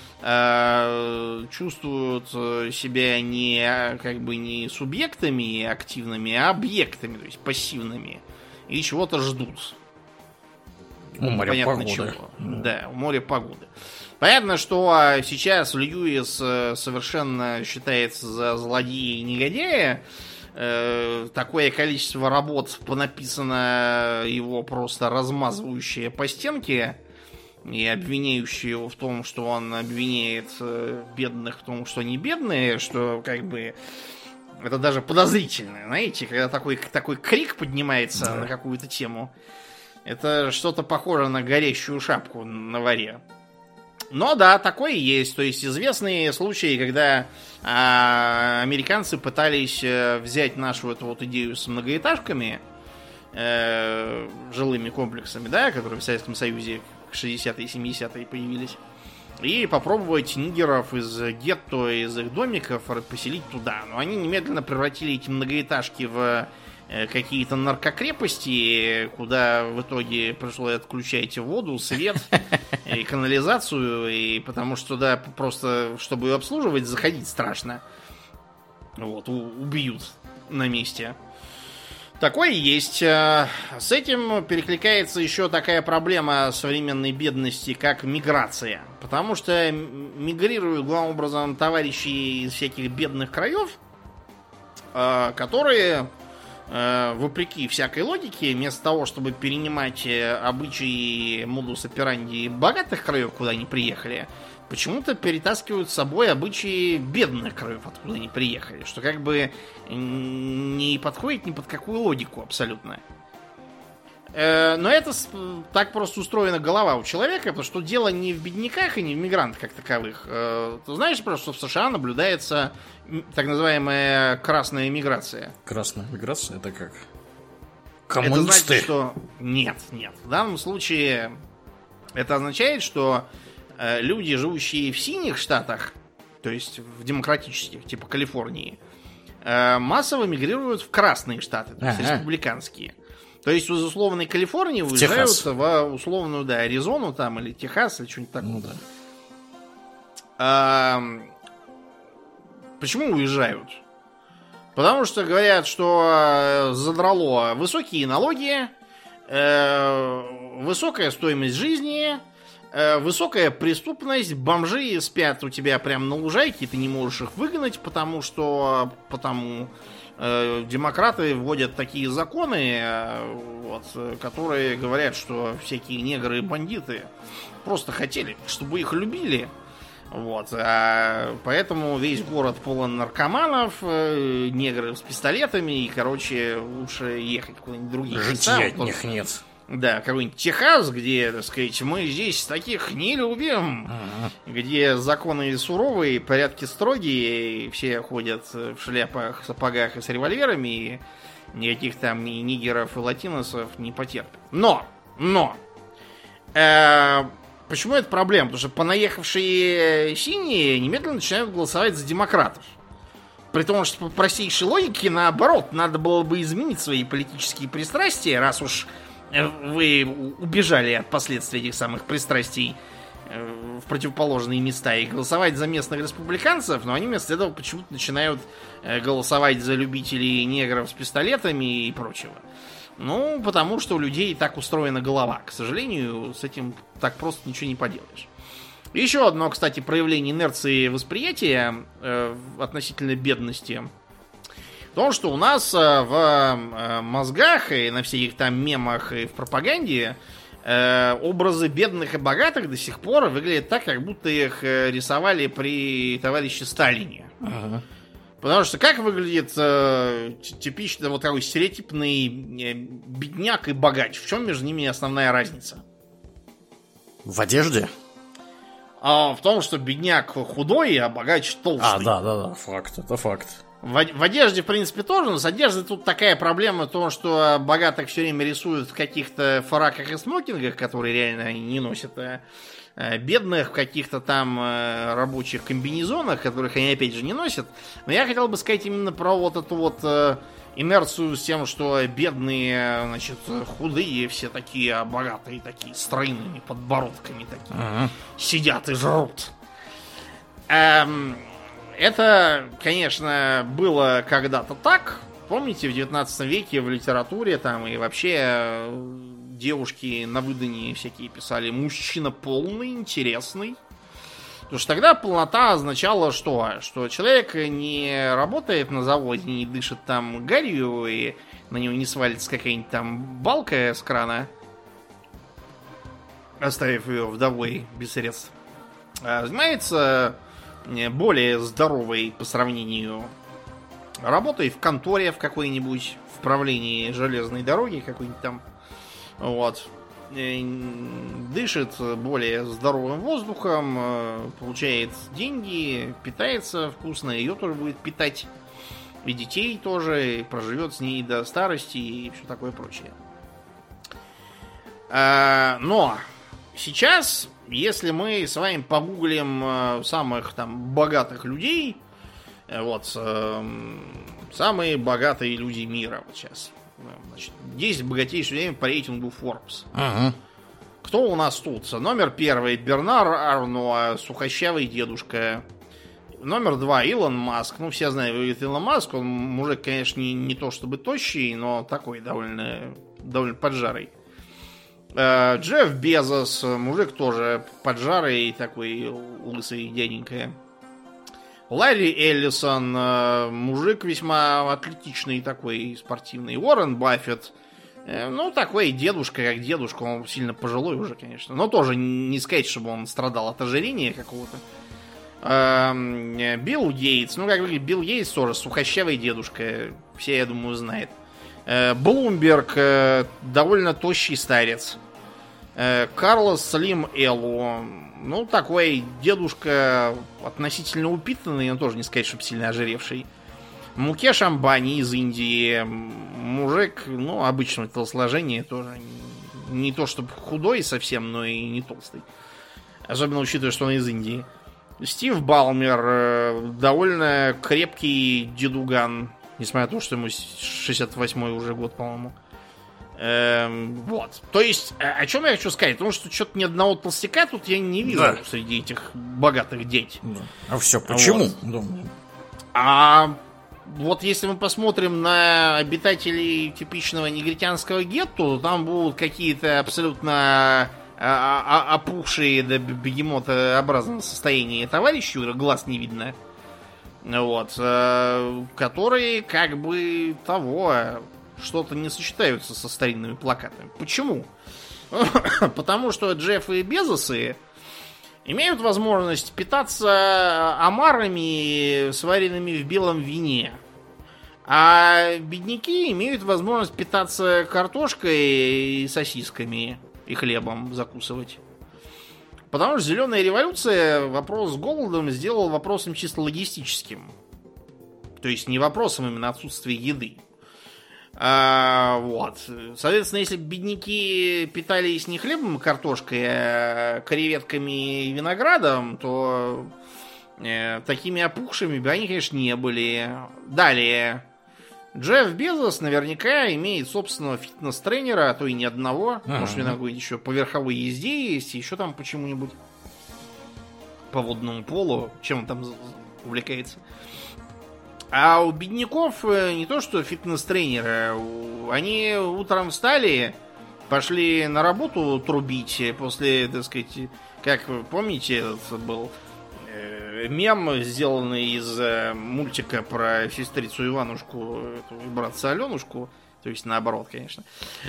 чувствуют себя не как бы не субъектами активными, а объектами, то есть пассивными, и чего-то ждут. У моря Понятно, погоды. чего. Да, у моря погоды. Понятно, что сейчас Льюис совершенно считается за злодея и негодяя. Такое количество работ понаписано его просто размазывающее по стенке и обвиняющие его в том, что он обвиняет бедных в том, что они бедные, что как бы это даже подозрительно, знаете, когда такой, такой крик поднимается да. на какую-то тему. Это что-то похоже на горящую шапку на воре. Но да, такое есть. То есть известные случаи, когда а, американцы пытались взять нашу эту вот идею с многоэтажками э, жилыми комплексами, да, которые в Советском Союзе в шестидесятые и семидесятые появились, и попробовать нигеров из гетто, из их домиков поселить туда. Но они немедленно превратили эти многоэтажки в какие-то наркокрепости, куда в итоге пришлось отключать воду, свет и канализацию, и потому что туда просто, чтобы ее обслуживать, заходить страшно. Вот, убьют на месте. Такое есть. С этим перекликается еще такая проблема современной бедности, как миграция. Потому что мигрируют, главным образом, товарищи из всяких бедных краев, которые, вопреки всякой логике, вместо того, чтобы перенимать обычаи модус операнди богатых краев, куда они приехали, почему-то перетаскивают с собой обычаи бедных краев, откуда они приехали. Что как бы не подходит ни под какую логику абсолютно. Но это так просто устроена голова у человека, потому что дело не в бедняках и не в мигрантах как таковых. Ты знаешь просто, что в США наблюдается так называемая красная миграция. Красная миграция? Это как? Коммунисты? Это значит, что... Нет, нет. В данном случае это означает, что люди, живущие в синих штатах, то есть в демократических, типа Калифорнии, массово мигрируют в красные штаты, то есть ага. республиканские. То есть из условной Калифорнии в уезжают Техас. В условную, да, Аризону там, или Техас, или что-нибудь такое. Ну, да. а, почему уезжают? Потому что говорят, что задрало высокие налоги, э, высокая стоимость жизни, э, высокая преступность, бомжи спят у тебя прямо на лужайке, ты не можешь их выгнать, потому что потому э, демократы вводят такие законы, э, вот, которые говорят, что всякие негры и бандиты просто хотели, чтобы их любили. Вот, а поэтому весь город полон наркоманов, э, негров с пистолетами, и, короче, лучше ехать в куда-нибудь другие места. Житья от них нет. Да, какой-нибудь Техас, где, так сказать, мы здесь таких не любим, ага. где законы суровые, порядки строгие, и все ходят в шляпах, сапогах и с револьверами, и никаких там ни нигеров и латиносов не потерпят. Но, но, э, почему это проблема? Потому что понаехавшие синие немедленно начинают голосовать за демократов. При том, что по простейшей логике, наоборот, надо было бы изменить свои политические пристрастия, раз уж вы убежали от последствий этих самых пристрастий в противоположные места и голосовать за местных республиканцев, но они вместо этого почему-то начинают голосовать за любителей негров с пистолетами и прочего. Ну, потому что у людей так устроена голова. К сожалению, с этим так просто ничего не поделаешь. Еще одно, кстати, проявление инерции восприятия э, относительно бедности. В том, что у нас э, в э, мозгах и на всяких там мемах и в пропаганде э, образы бедных и богатых до сих пор выглядят так, как будто их э, рисовали при товарище Сталине. Ага. Потому что как выглядит э, типичный вот такой стереотипный э, бедняк и богач? В чем между ними основная разница? В одежде? А, в том, что бедняк худой, а богач толстый. А, да, да, да, факт, это факт. В, в одежде, в принципе, тоже, но с одеждой тут такая проблема, то, что богатых все время рисуют в каких-то фраках и смокингах, которые реально не носят, а бедных в каких-то там рабочих комбинезонах, которых они, опять же, не носят. Но я хотел бы сказать именно про вот эту вот инерцию с тем, что бедные, значит, худые все такие, а богатые такие, с стройными подбородками такие, uh-huh. сидят и жрут. Эм, это, конечно, было когда-то так. Помните, в девятнадцатом веке в литературе там и вообще девушки на выданье всякие писали «мужчина полный, интересный». Потому что тогда полнота означала что? Что человек не работает на заводе, не дышит там гарью, и на него не свалится какая-нибудь там балка с крана, оставив ее вдовой без средств. А занимается более здоровой по сравнению работой в конторе в какой-нибудь, в правлении железной дороги какой-нибудь там. Вот. Дышит более здоровым воздухом, получает деньги, питается вкусно, ее тоже будет питать. и детей тоже, и проживет с ней до старости и все такое прочее. Но сейчас, если мы с вами погуглим самых там богатых людей, вот, самые богатые люди мира вот сейчас, значит, десять богатейших людей по рейтингу Forbes. Ага. Кто у нас тут? Номер первый Бернар Арно, сухощавый дедушка. Номер два Илон Маск. Ну, все знают Илон Маск. Он мужик, конечно, не, не то чтобы тощий, но такой довольно, довольно поджарый. Э, Джефф Безос. Мужик тоже поджарый, такой лысый дяденька. Ларри Эллисон. Э, мужик весьма атлетичный такой, спортивный. Уоррен Баффет. Э, ну, такой дедушка, как дедушка. Он сильно пожилой уже, конечно. Но тоже не сказать, чтобы он страдал от ожирения какого-то. Билл Гейтс. Ну, как говорит, Билл Гейтс тоже сухощавый дедушка. Все, я думаю, знают. Блумберг. Довольно тощий старец. Карлос Слим Эллу. Ну, такой дедушка относительно упитанный, но тоже не сказать, чтобы сильно ожиревший. Мукеш Амбани из Индии. Мужик, ну, обычного телосложения тоже. Не то, чтобы худой совсем, но и не толстый. Особенно учитывая, что он из Индии. Стив Балмер, довольно крепкий дедуган, несмотря на то, что ему шестьдесят восьмой уже год, по-моему. Эм, вот. То есть, о чем я хочу сказать? Потому что что-то ни одного толстяка тут я не вижу, да, среди этих богатых дядь. Да. А все почему? Вот. А вот если мы посмотрим на обитателей типичного негритянского гетто, то там будут какие-то абсолютно опухшие до бегемотообразного состояния товарищи, глаз не видно, вот, которые как бы того что-то не сочетаются со старинными плакатами. Почему? Потому что Джеффы и Безосы имеют возможность питаться омарами, сваренными в белом вине, а бедняки имеют возможность питаться картошкой и сосисками и хлебом закусывать. Потому что зеленая революция вопрос с голодом сделал вопросом чисто логистическим. То есть не вопросом именно отсутствия еды. А, вот. Соответственно, если бедняки питались не хлебом и картошкой, а креветками и виноградом, то э, такими опухшими бы они, конечно, не были. Далее. Джефф Безос наверняка имеет собственного фитнес-тренера, а то и не одного. А-а-а. Может, у него еще по верховой езде есть, еще там почему-нибудь по водному полу, чем он там увлекается. А у бедняков не то что фитнес-тренеры, они утром встали, пошли на работу трубить после, так сказать, как вы помните, этот был мем, сделанный из мультика про сестрицу Иванушку и братца Аленушку, то есть наоборот, конечно,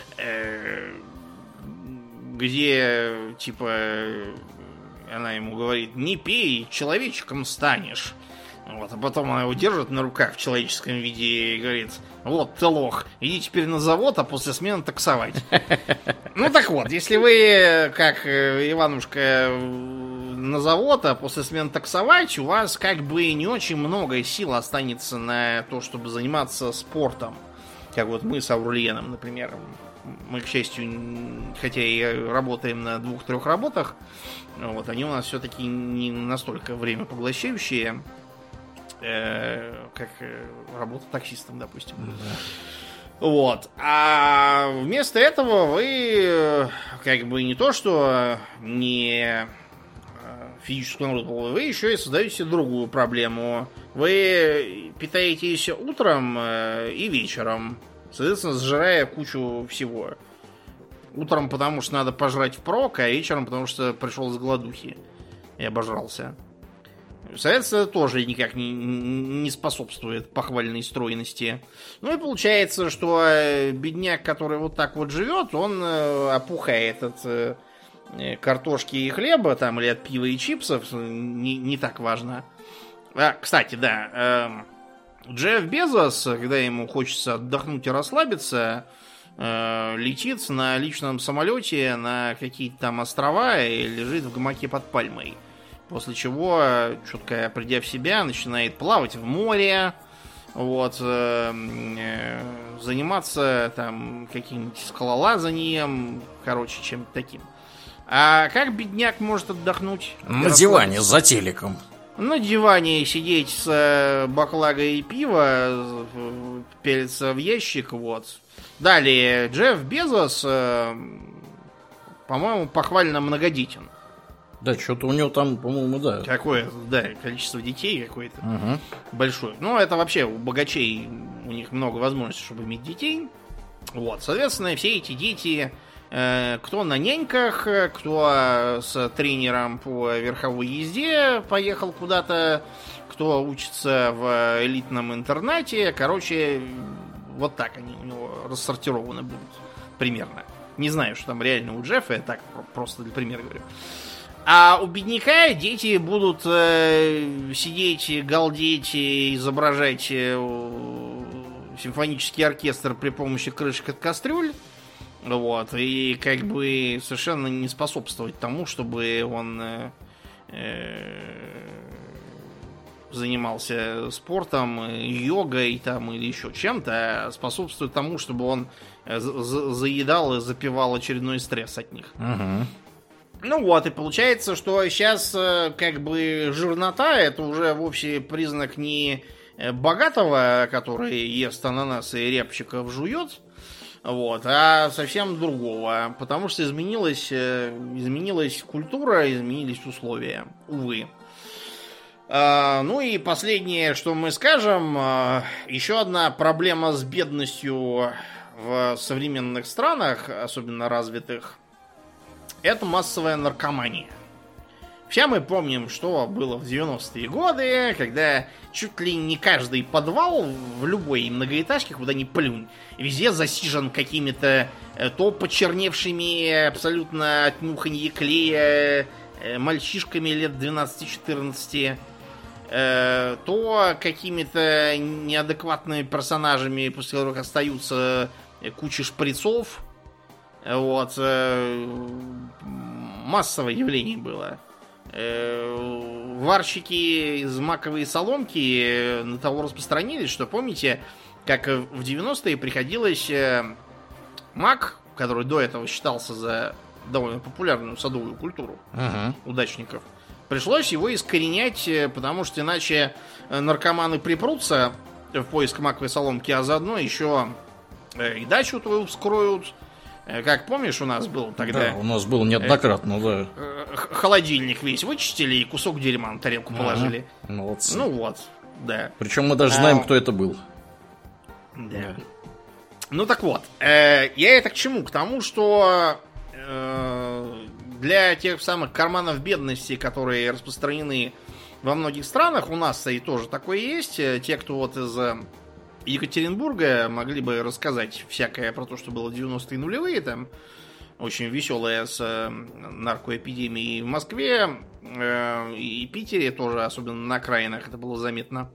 где типа она ему говорит: не пей, человечком станешь. Вот, а потом она его держит на руках в человеческом виде и говорит: вот ты лох, иди теперь на завод, а после смены таксовать. Ну так вот, если вы, как Иванушка, на завод, а после смены таксовать, у вас как бы не очень много сил останется на то, чтобы заниматься спортом. Как вот мы с Аурлиеном, например. Мы, к счастью, хотя и работаем на двух-трех работах, вот, они у нас все-таки не настолько время поглощающие, э, как работа таксистом, допустим. Да. Вот. А вместо этого вы как бы не то, что не физическую нагрузку, вы еще и создаете другую проблему. Вы питаетесь утром и вечером, соответственно, сжирая кучу всего. Утром, потому что надо пожрать впрок, а вечером, потому что пришел с голодухи и обожрался. Соответственно, это тоже никак не, не способствует похвальной стройности. Ну и получается, что бедняк, который вот так вот живет, он опухает от картошки и хлеба, там, или от пива и чипсов, не, не так важно. А, кстати, да, э, Джефф Безос, когда ему хочется отдохнуть и расслабиться, э, летит на личном самолете на какие-то там острова и лежит в гамаке под пальмой. После чего, четко придя в себя, начинает плавать в море, Вот, э, э, заниматься там каким-нибудь скалолазанием, короче, чем-то таким. А как бедняк может отдохнуть? На диване за телеком. На диване сидеть с баклагой пива, пелиться в ящик, вот. Далее, Джефф Безос, по-моему, похвально многодетен. Да, что-то у него там, по-моему, да. Какое, да, количество детей какое-то угу. большое. Ну, это вообще у богачей, у них много возможностей, чтобы иметь детей. Вот, соответственно, все эти дети, э, кто на няньках, кто с тренером по верховой езде поехал куда-то, кто учится в элитном интернате. Короче, вот так они у него рассортированы будут примерно. Не знаю, что там реально у Джеффа, я так просто для примера говорю. А у бедняка дети будут э, сидеть, галдеть, изображать э, симфонический оркестр при помощи крышек от кастрюль. Вот, и как бы совершенно не способствовать тому, чтобы он э, э, занимался спортом, йогой там, или еще чем-то, а способствует тому, чтобы он за- заедал и запивал очередной стресс от них. Угу. Ну вот, и получается, что сейчас как бы жирнота это уже вовсе признак не богатого, который ест ананасы и рябчиков жует, вот, а совсем другого. Потому что изменилась, изменилась культура, изменились условия. Увы. А, ну и последнее, что мы скажем, еще одна проблема с бедностью в современных странах, особенно развитых, это массовая наркомания. Все мы помним, что было в девяностые годы, когда чуть ли не каждый подвал в любой многоэтажке, куда ни плюнь, везде засижен какими-то то почерневшими абсолютно от нюханья клея мальчишками лет двенадцати-четырнадцати, то какими-то неадекватными персонажами, после которых остаются куча шприцов. Вот. Массовое явление было. Варщики из маковой соломки на того распространились, что помните, как в девяностые приходилось мак, который до этого считался за довольно популярную садовую культуру uh-huh. удачников, пришлось его искоренять, потому что иначе наркоманы припрутся в поиск маковой соломки, а заодно еще и дачу твою вскроют. Как помнишь, у нас был тогда... Да, у нас был неоднократно, да. Холодильник весь вычистили и кусок дерьма на тарелку ага, положили. Молодцы. Ну вот, да. Причем мы даже знаем, а... кто это был. Да. да. Ну так вот, э, я это к чему? К тому, что э, для тех самых карманов бедности, которые распространены во многих странах, у нас и тоже такое есть. Те, кто вот из Екатеринбурга, могли бы рассказать всякое про то, что было в девяностые нулевые, там очень веселое с наркоэпидемией в Москве э, и Питере тоже, особенно на окраинах, это было заметно.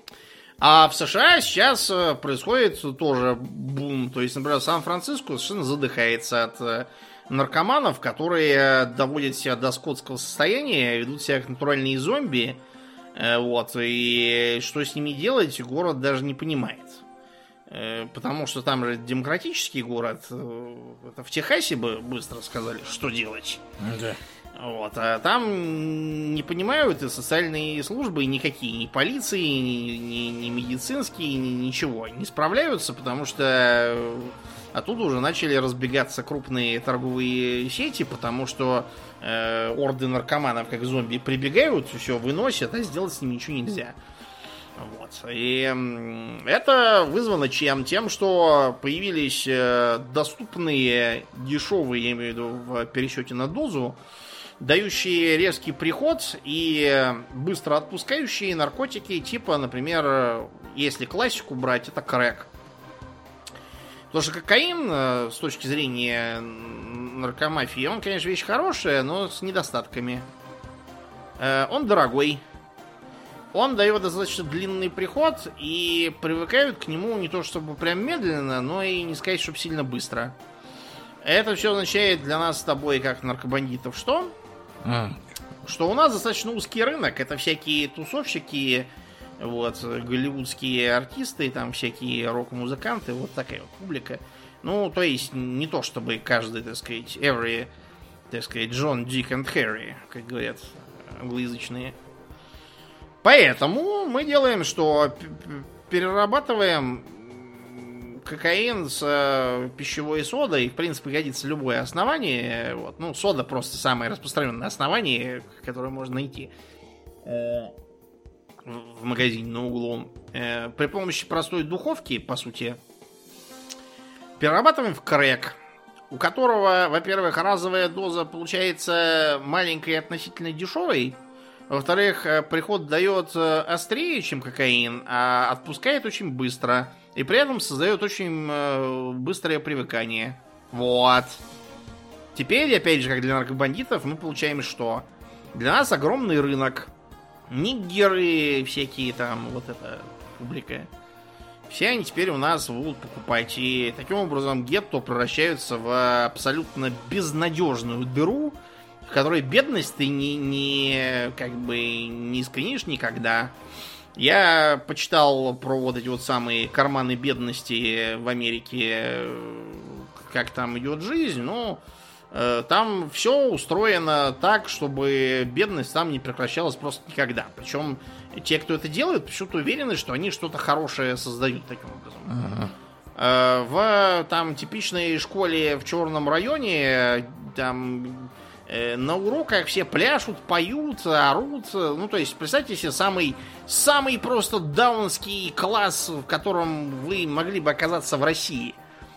А в США сейчас происходит тоже бум. То есть, например, Сан-Франциско совершенно задыхается от наркоманов, которые доводят себя до скотского состояния, ведут себя как натуральные зомби. Вот, и что с ними делать, город даже не понимает. Потому что там же демократический город. Это в Техасе бы быстро сказали, что делать. Да. Вот, а там не понимают и социальные службы никакие, ни полиции, ни, ни, ни медицинские, ни, ничего. Не справляются, потому что оттуда уже начали разбегаться крупные торговые сети, потому что э, орды наркоманов, как зомби, прибегают, все выносят, а сделать с ними ничего нельзя. Вот. И э, это вызвано чем? Тем, что появились э, доступные, дешевые, я имею в виду в пересчете на дозу, дающие резкий приход и быстро отпускающие наркотики, типа, например, если классику брать, это крэк. Потому что кокаин, с точки зрения наркомафии, он, конечно, вещь хорошая, но с недостатками. Он дорогой. Он дает достаточно длинный приход, и привыкают к нему не то чтобы прям медленно, но и не сказать, чтобы сильно быстро. Это все означает для нас с тобой, как наркобандитов, что? Mm. Что у нас достаточно узкий рынок. Это всякие тусовщики, Вот, голливудские артисты, там всякие рок-музыканты, вот такая вот публика. Ну, то есть, не то чтобы каждый, так сказать, every, так сказать, Джон, Дик и Харри, как говорят англоязычные. Поэтому мы делаем, что перерабатываем кокаин с пищевой содой. В принципе, годится любое основание. Вот. Ну, сода просто самое распространенное основание, которое можно найти в магазине на углу. При помощи простой духовки, по сути, перерабатываем в крэк, у которого, во-первых, разовая доза получается маленькой и относительно дешевой. Во-вторых, приход дает острее, чем кокаин, а отпускает очень быстро. И при этом создает очень быстрое привыкание. Вот. Теперь, опять же, как для наркобандитов, мы получаем что? Для нас огромный рынок. Нигеры всякие там, вот эта публика. Все они теперь у нас будут покупать. И таким образом гетто превращаются в абсолютно безнадежную дыру, в которой бедность ты не, не как бы не искоренишь никогда. Я почитал про вот эти вот самые карманы бедности в Америке, как там идет жизнь, но э, там все устроено так, чтобы бедность там не прекращалась просто никогда. Причем те, кто это делает, почему-то уверены, что они что-то хорошее создают таким образом. Uh-huh. Э, в там типичной школе в Черном районе там на уроках все пляшут, поют, орут. Ну, то есть, представьте себе самый, самый просто даунский класс, в котором вы могли бы оказаться в России.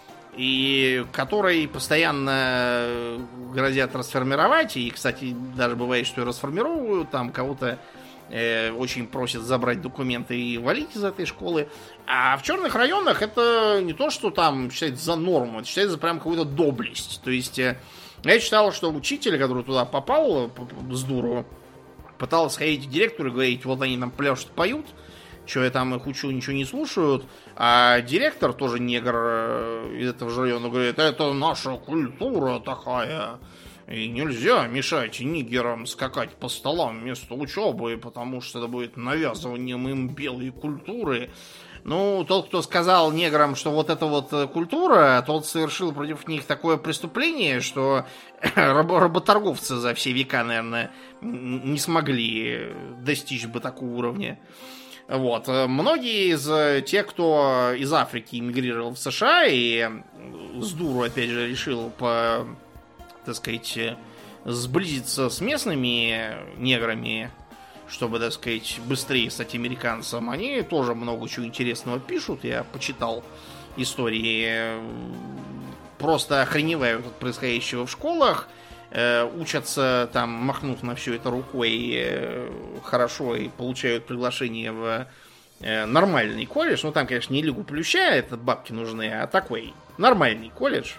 И который постоянно грозят расформировать. И, кстати, даже бывает, что и расформировывают. Там кого-то э, очень просят забрать документы и валить из этой школы. А в черных районах это не то, что там считается за норму. Это считается прям какую-то доблесть. То есть... Я читал, что учитель, который туда попал с дуру, пытался сходить к директору и говорить, вот они там пляшут, поют, что я там их учу, ничего не слушают. А директор, тоже негр из этого же района, говорит, это наша культура такая. И нельзя мешать нигерам скакать по столам вместо учебы, потому что это будет навязыванием им белой культуры. Ну, тот, кто сказал неграм, что вот эта вот культура, тот совершил против них такое преступление, что работорговцы за все века, наверное, не смогли достичь бы такого уровня. Вот. Многие из тех, кто из Африки эмигрировал в США и с дуру, опять же, решил по, так сказать, сблизиться с местными неграми, чтобы, так сказать, быстрее стать американцем, они тоже много чего интересного пишут. Я почитал истории, просто охреневают от происходящего в школах, э, учатся там, махнув на все это рукой э, хорошо и получают приглашение в э, нормальный колледж. Ну, там, конечно, не Лигу Плюща, это бабки нужны, а такой нормальный колледж.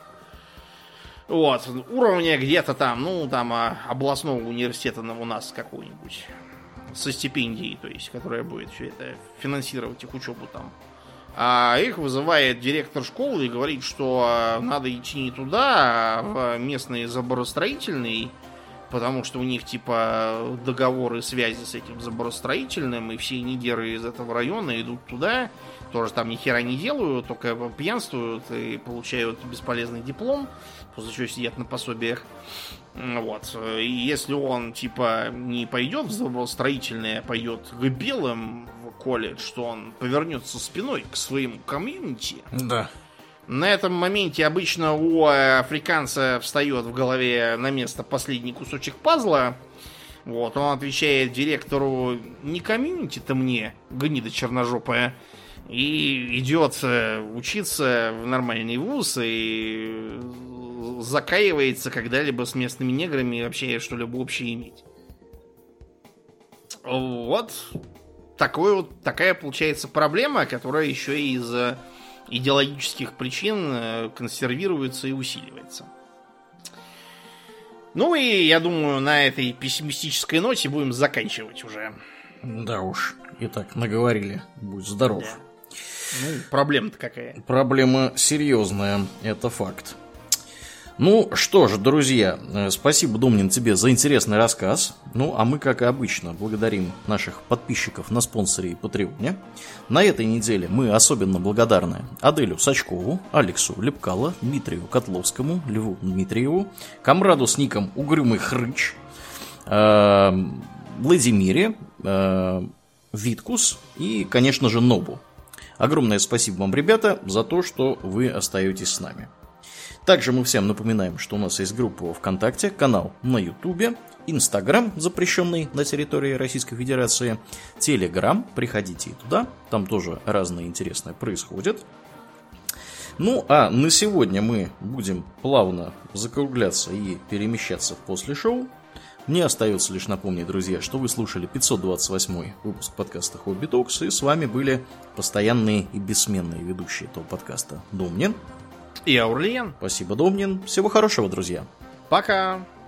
Вот, уровня где-то там, ну, там, областного университета у нас какого-нибудь. Со стипендией, то есть, которая будет все это финансировать их учебу там. А их вызывает директор школы и говорит, что надо идти не туда, а в местный заборостроительный, потому что у них типа договоры связи с этим заборостроительным, и все нигеры из этого района идут туда, тоже там ни хера не делают, только пьянствуют и получают бесполезный диплом, после чего сидят на пособиях. Вот. И если он, типа, не пойдет в заборостроительное, а пойдет к белым в колледж, что он повернется спиной к своему комьюнити. Да. На этом моменте обычно у африканца встает в голове на место последний кусочек пазла. Вот. Он отвечает директору: не комьюнити-то мне, гнида черножопая. И идет учиться в нормальный вуз и закаивается когда-либо с местными неграми и вообще что-либо общее иметь. Вот такой вот, такая получается проблема, которая еще и из идеологических причин консервируется и усиливается. Ну и я думаю, на этой пессимистической ноте будем заканчивать уже. Да уж, и так наговорили. Будь здоров. Да. Ну, проблема-то какая? Проблема серьезная, это факт. Ну что ж, друзья, спасибо, Домнин, тебе за интересный рассказ. Ну, а мы, как и обычно, благодарим наших подписчиков на спонсоре и Патреоне. На этой неделе мы особенно благодарны Аделю Сачкову, Алексу Лепкало, Дмитрию Котловскому, Льву Дмитриеву, комраду с ником Угрюмый Хрыч, э, Владимире, э, Виткус и, конечно же, Нобу. Огромное спасибо вам, ребята, за то, что вы остаетесь с нами. Также мы всем напоминаем, что у нас есть группа во ВКонтакте, канал на Ютубе, Инстаграм, запрещенный на территории Российской Федерации, Телеграм, приходите и туда, там тоже разное интересное происходит. Ну, а на сегодня мы будем плавно закругляться и перемещаться после шоу. Мне остается лишь напомнить, друзья, что вы слушали пятьсот двадцать восьмой выпуск подкаста Хобби Токс, и с вами были постоянные и бессменные ведущие этого подкаста Домнин и Аурлиен. Спасибо, Домнин. Всего хорошего, друзья. Пока.